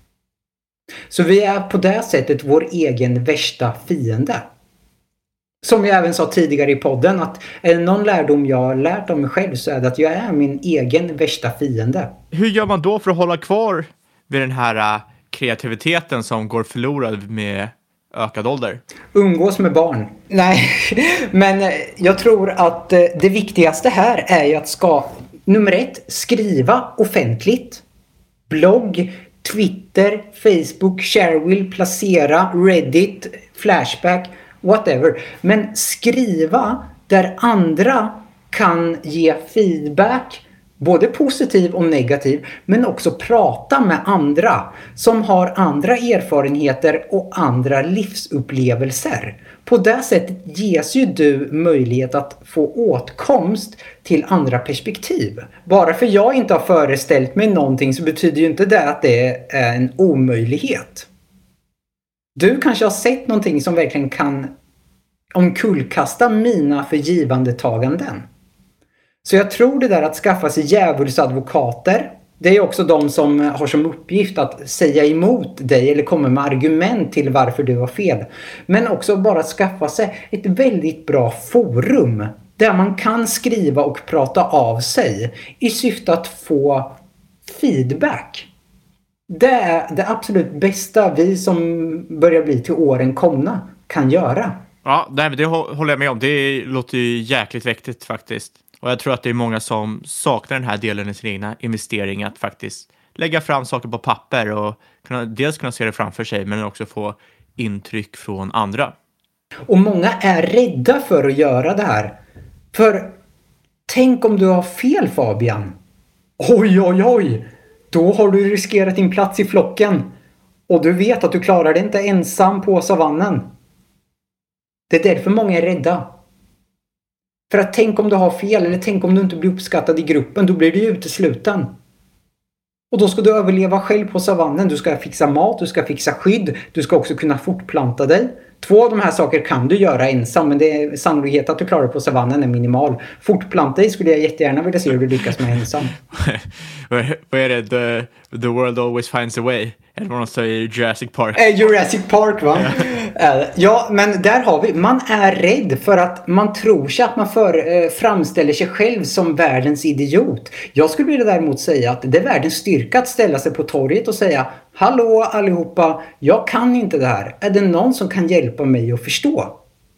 Så vi är på det sättet vår egen värsta fiende. Som jag även sa tidigare i podden, att är det någon lärdom jag har lärt av mig själv, så är det att jag är min egen värsta fiende. Hur gör man då för att hålla kvar vid den här kreativiteten som går förlorad med ökad ålder? Umgås med barn. Nej, men jag tror att det viktigaste här är ju att nummer 1, skriva offentligt. Blogg, Twitter, Facebook, Sharewill, Placera, Reddit, Flashback, whatever. Men skriva där andra kan ge feedback, både positiv och negativ, men också prata med andra som har andra erfarenheter och andra livsupplevelser. På det sättet ges ju du möjlighet att få åtkomst till andra perspektiv. Bara för jag inte har föreställt mig någonting så betyder ju inte det att det är en omöjlighet. Du kanske har sett någonting som verkligen kan omkullkasta mina förgivandetaganden. Så jag tror det där att skaffa sig djävulsadvokater, det är också de som har som uppgift att säga emot dig eller komma med argument till varför du har fel. Men också bara skaffa sig ett väldigt bra forum där man kan skriva och prata av sig i syfte att få feedback. Det är det absolut bästa vi som börjar bli till åren komna kan göra. Ja, det håller jag med om. Det låter ju jäkligt viktigt faktiskt. Och jag tror att det är många som saknar den här delen i sin egna investering, att faktiskt lägga fram saker på papper och dels kunna se det framför sig, men också få intryck från andra. Och många är rädda för att göra det här. För tänk om du har fel, Fabian. Oj, oj, oj. Då har du riskerat din plats i flocken. Och du vet att du klarar det inte ensam på savannen. Det är därför många är rädda. För att tänk om du har fel, eller tänk om du inte blir uppskattad i gruppen, då blir du utesluten. Och då ska du överleva själv på savannen. Du ska fixa mat, du ska fixa skydd, du ska också kunna fortplanta dig. 2 av de här saker kan du göra ensam, men det är sannolikheten att du klarar det på savannen är minimal. Fortplanta dig skulle jag jättegärna vilja se hur du lyckas med ensam. Vad är det? The world always finds a way. Eller vad de säger i Jurassic Park. Jurassic Park, va? Ja, men där har vi. Man är rädd för att man tror sig att man framställer sig själv som världens idiot. Jag skulle vilja däremot säga att det är världens styrka att ställa sig på torget och säga: hallå allihopa, jag kan inte det här. Är det någon som kan hjälpa mig att förstå?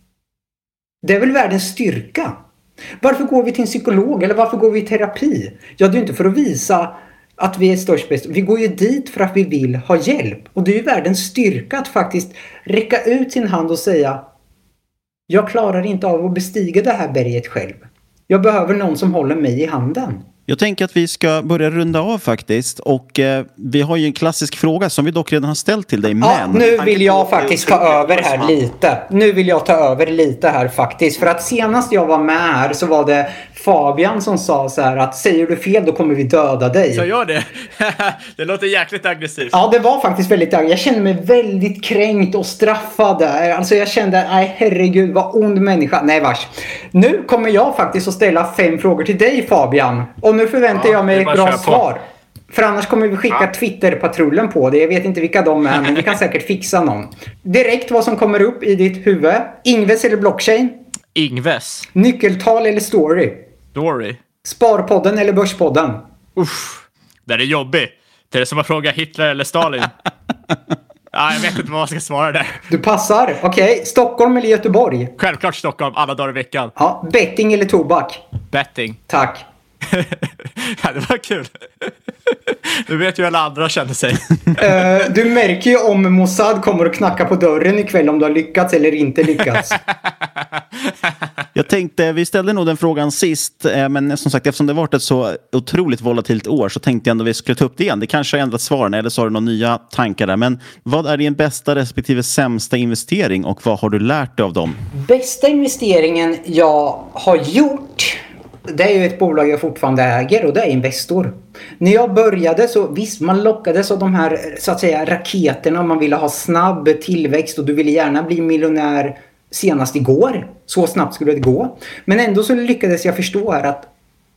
Det är väl världens styrka. Varför går vi till en psykolog eller varför går vi i terapi? Ja, det är inte för att visa att vi är störst bäst. Vi går ju dit för att vi vill ha hjälp. Och det är ju världens styrka att faktiskt räcka ut sin hand och säga: jag klarar inte av att bestiga det här berget själv. Jag behöver någon som håller mig i handen. Jag tänker att vi ska börja runda av faktiskt. Och vi har ju en klassisk fråga som vi dock redan har ställt till dig. Ja, men nu vill jag faktiskt ta över här lite. Nu vill jag ta över lite här faktiskt. För att senast jag var med här så var det Fabian som sa så här att säger du fel då kommer vi döda dig. Så gör det. Det låter jäkligt aggressivt. Ja, det var faktiskt väldigt aggressivt. Jag kände mig väldigt kränkt och straffad. Alltså jag kände, nej herregud vad ond människa. Nej vars. Nu kommer jag faktiskt att ställa 5 frågor till dig, Fabian. Och nu förväntar jag mig ett bra svar. För annars kommer vi skicka Twitter-patrullen på det. Jag vet inte vilka de är, men vi kan säkert fixa någon. Direkt vad som kommer upp i ditt huvud. Ingves eller blockchain? Ingves. Nyckeltal eller story? Story. Sparpodden eller börspodden? Uff, det är jobbigt. Det är som att fråga Hitler eller Stalin. Ja, jag vet inte vad man ska svara där. Du passar. Okej. Stockholm eller Göteborg? Självklart Stockholm, alla dagar i veckan. Ja. Betting eller tobak? Betting. Tack. Ja, det var kul. Du vet ju hur alla andra känner sig. Du märker ju om Mossad kommer att knacka på dörren ikväll om du har lyckats eller inte lyckats. Jag tänkte, vi ställde nog den frågan sist, men som sagt, eftersom det varit ett så otroligt volatilt år så tänkte jag ändå vi skulle ta upp det igen. Det kanske har ändrat svaren, eller så har du några nya tankar där. Men vad är din bästa respektive sämsta investering och vad har du lärt dig av dem? Bästa investeringen jag har gjort, det är ju ett bolag jag fortfarande äger och det är Investor. När jag började så visst, man lockades av de här så att säga raketerna. Man ville ha snabb tillväxt och du ville gärna bli miljonär senast igår. Så snabbt skulle det gå. Men ändå så lyckades jag förstå här att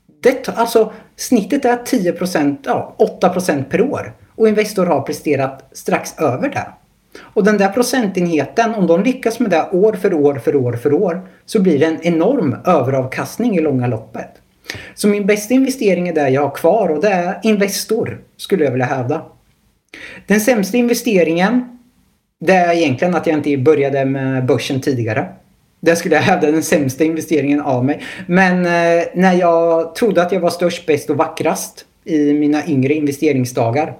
snittet är 10%, 8% per år. Och Investor har presterat strax över det. Och den där procentenheten, om de lyckas med det år för år så blir det en enorm överavkastning i långa loppet. Så min bästa investering är det jag har kvar och det är Investor, skulle jag vilja hävda. Den sämsta investeringen, det är egentligen att jag inte började med börsen tidigare. Det skulle jag hävda den sämsta investeringen av mig. Men när jag trodde att jag var störst, bäst och vackrast i mina yngre investeringsdagar,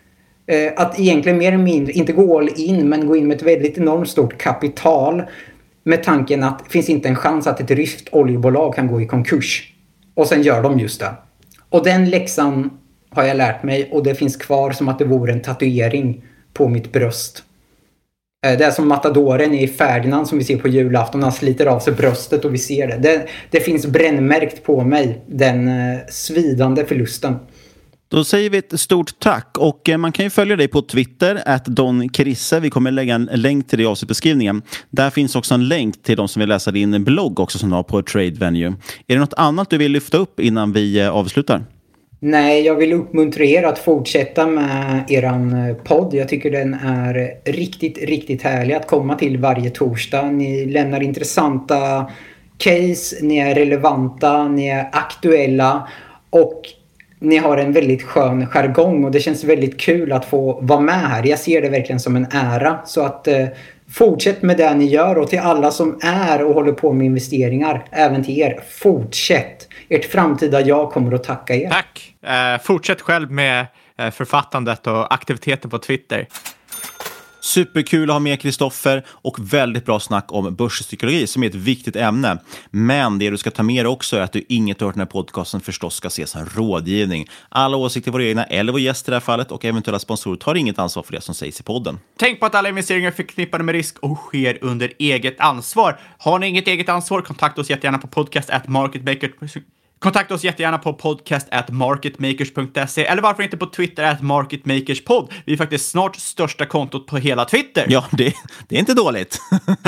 att egentligen mer eller mindre inte gå all in, men gå in med ett väldigt enormt stort kapital med tanken att det finns inte en chans att ett ryskt oljebolag kan gå i konkurs. Och sen gör de just det. Och den läxan har jag lärt mig och det finns kvar som att det vore en tatuering på mitt bröst. Det är som matadoren i Ferdinand som vi ser på julafton. Han sliter av sig bröstet och vi ser det. Det finns brännmärkt på mig, den svidande förlusten. Då säger vi ett stort tack och man kan ju följa dig på Twitter @donkrisse. Vi kommer lägga en länk till det i avsnittbeskrivningen. Där finns också en länk till de som vill läsa din blogg också som du har på Trade Venue. Är det något annat du vill lyfta upp innan vi avslutar? Nej, jag vill uppmuntra er att fortsätta med eran podd. Jag tycker den är riktigt härlig att komma till varje torsdag. Ni lämnar intressanta case, ni är relevanta, ni är aktuella och ni har en väldigt skön jargong och det känns väldigt kul att få vara med här. Jag ser det verkligen som en ära. Så att fortsätt med det ni gör och till alla som är och håller på med investeringar, även till er, fortsätt. Ert framtida jag kommer att tacka er. Tack! Fortsätt själv med författandet och aktiviteten på Twitter. Superkul att ha med Kristoffer och väldigt bra snack om börspsykologi som är ett viktigt ämne. Men det du ska ta med dig också är att du inget hört den här podcasten förstås ska ses som rådgivning. Alla åsikter var egna eller vår gäst i det här fallet och eventuella sponsorer tar inget ansvar för det som sägs i podden. Tänk på att alla investeringar är förknippade med risk och sker under eget ansvar. Har ni inget eget ansvar, kontakta oss jättegärna på podcast@marketmaker.se. Kontakta oss jättegärna på podcast@marketmakers.se eller varför inte på Twitter @marketmakerspod. Vi är faktiskt snart största kontot på hela Twitter. Ja, det är inte dåligt.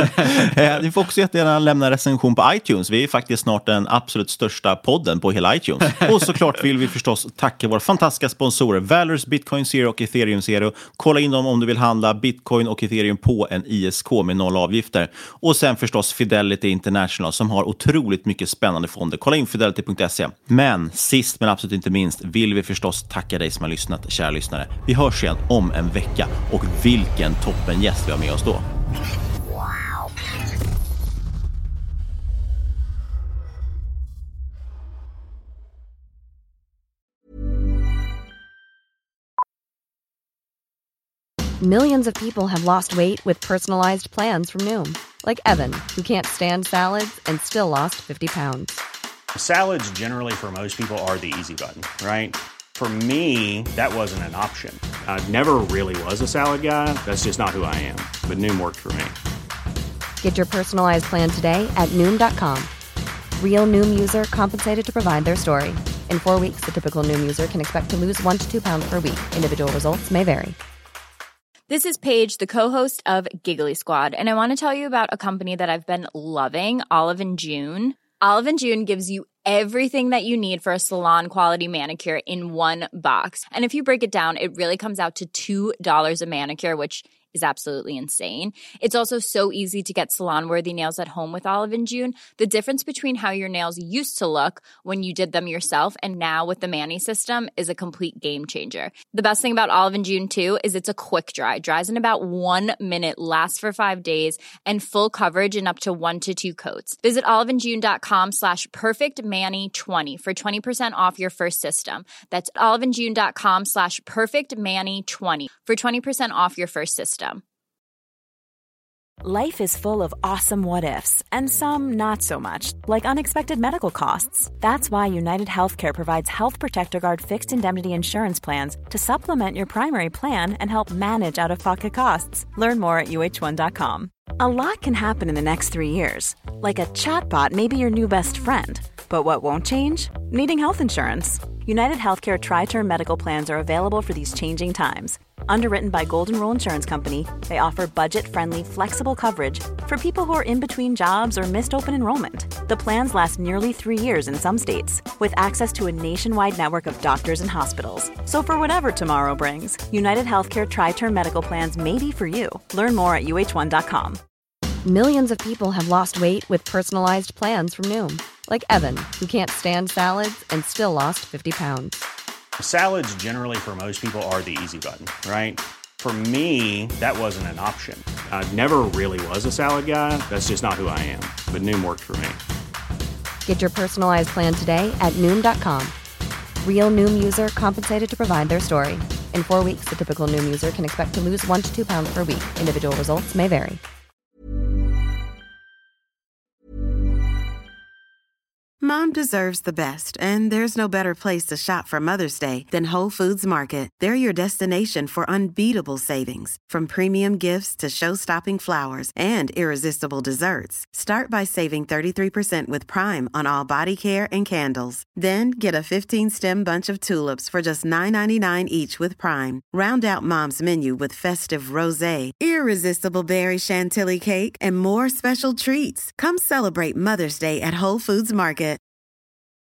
Ni får också jättegärna lämna recension på iTunes. Vi är faktiskt snart den absolut största podden på hela iTunes. Och såklart vill vi förstås tacka våra fantastiska sponsorer Valors, Bitcoin Zero och Ethereum Zero. Kolla in dem om du vill handla Bitcoin och Ethereum på en ISK med 0 avgifter. Och sen förstås Fidelity International som har otroligt mycket spännande fonder. Kolla in Fidelity.se. Men sist men absolut inte minst vill vi förstås tacka dig som har lyssnat, kära lyssnare. Vi hörs igen om en vecka och vilken toppen gäst vi har med oss då. Millions of people have lost weight with personalized plans from Noom. Like Evan, who can't stand salads and still lost 50 pounds. Salads generally for most people are the easy button, right? For me, that wasn't an option. I never really was a salad guy. That's just not who I am. But Noom worked for me. Get your personalized plan today at Noom.com. Real Noom user compensated to provide their story. In 4 weeks, the typical Noom user can expect to lose 1 to 2 pounds per week. Individual results may vary. This is Paige, the co-host of Giggly Squad, and I want to tell you about a company that I've been loving, Olive & June. Olive & June gives you everything that you need for a salon-quality manicure in one box. And if you break it down, it really comes out to $2 a manicure, which is absolutely insane. It's also so easy to get salon-worthy nails at home with Olive & June. The difference between how your nails used to look when you did them yourself and now with the Mani system is a complete game changer. The best thing about Olive & June too is it's a quick dry. Dries in about 1 minute, lasts for 5 days, and full coverage in up to 1 to 2 coats. Visit oliveandjune.com/perfectmani20 for 20% off your first system. That's oliveandjune.com/perfectmani20 for 20% off your first system. Life is full of awesome what-ifs, and some not so much, like unexpected medical costs. That's why United Healthcare provides Health Protector Guard fixed indemnity insurance plans to supplement your primary plan and help manage out-of-pocket costs. Learn more at uh1.com. A lot can happen in the next 3 years. Like a chatbot may be your new best friend. But what won't change? Needing health insurance. United Healthcare Tri-Term Medical Plans are available for these changing times. Underwritten by Golden Rule Insurance Company, they offer budget-friendly, flexible coverage for people who are in between jobs or missed open enrollment. The plans last nearly 3 years in some states, with access to a nationwide network of doctors and hospitals. So for whatever tomorrow brings, United Healthcare Tri-Term Medical Plans may be for you. Learn more at uh1.com. Millions of people have lost weight with personalized plans from Noom. Like Evan, who can't stand salads and still lost 50 pounds. Salads generally for most people are the easy button, right? For me, that wasn't an option. I never really was a salad guy. That's just not who I am. But Noom worked for me. Get your personalized plan today at Noom.com. Real Noom user compensated to provide their story. In 4 weeks, the typical Noom user can expect to lose 1 to 2 pounds per week. Individual results may vary. Mom deserves the best, and there's no better place to shop for Mother's Day than Whole Foods Market. They're your destination for unbeatable savings, from premium gifts to show-stopping flowers and irresistible desserts. Start by saving 33% with Prime on all body care and candles. Then get a 15-stem bunch of tulips for just $9.99 each with Prime. Round out Mom's menu with festive rosé, irresistible berry chantilly cake, and more special treats. Come celebrate Mother's Day at Whole Foods Market.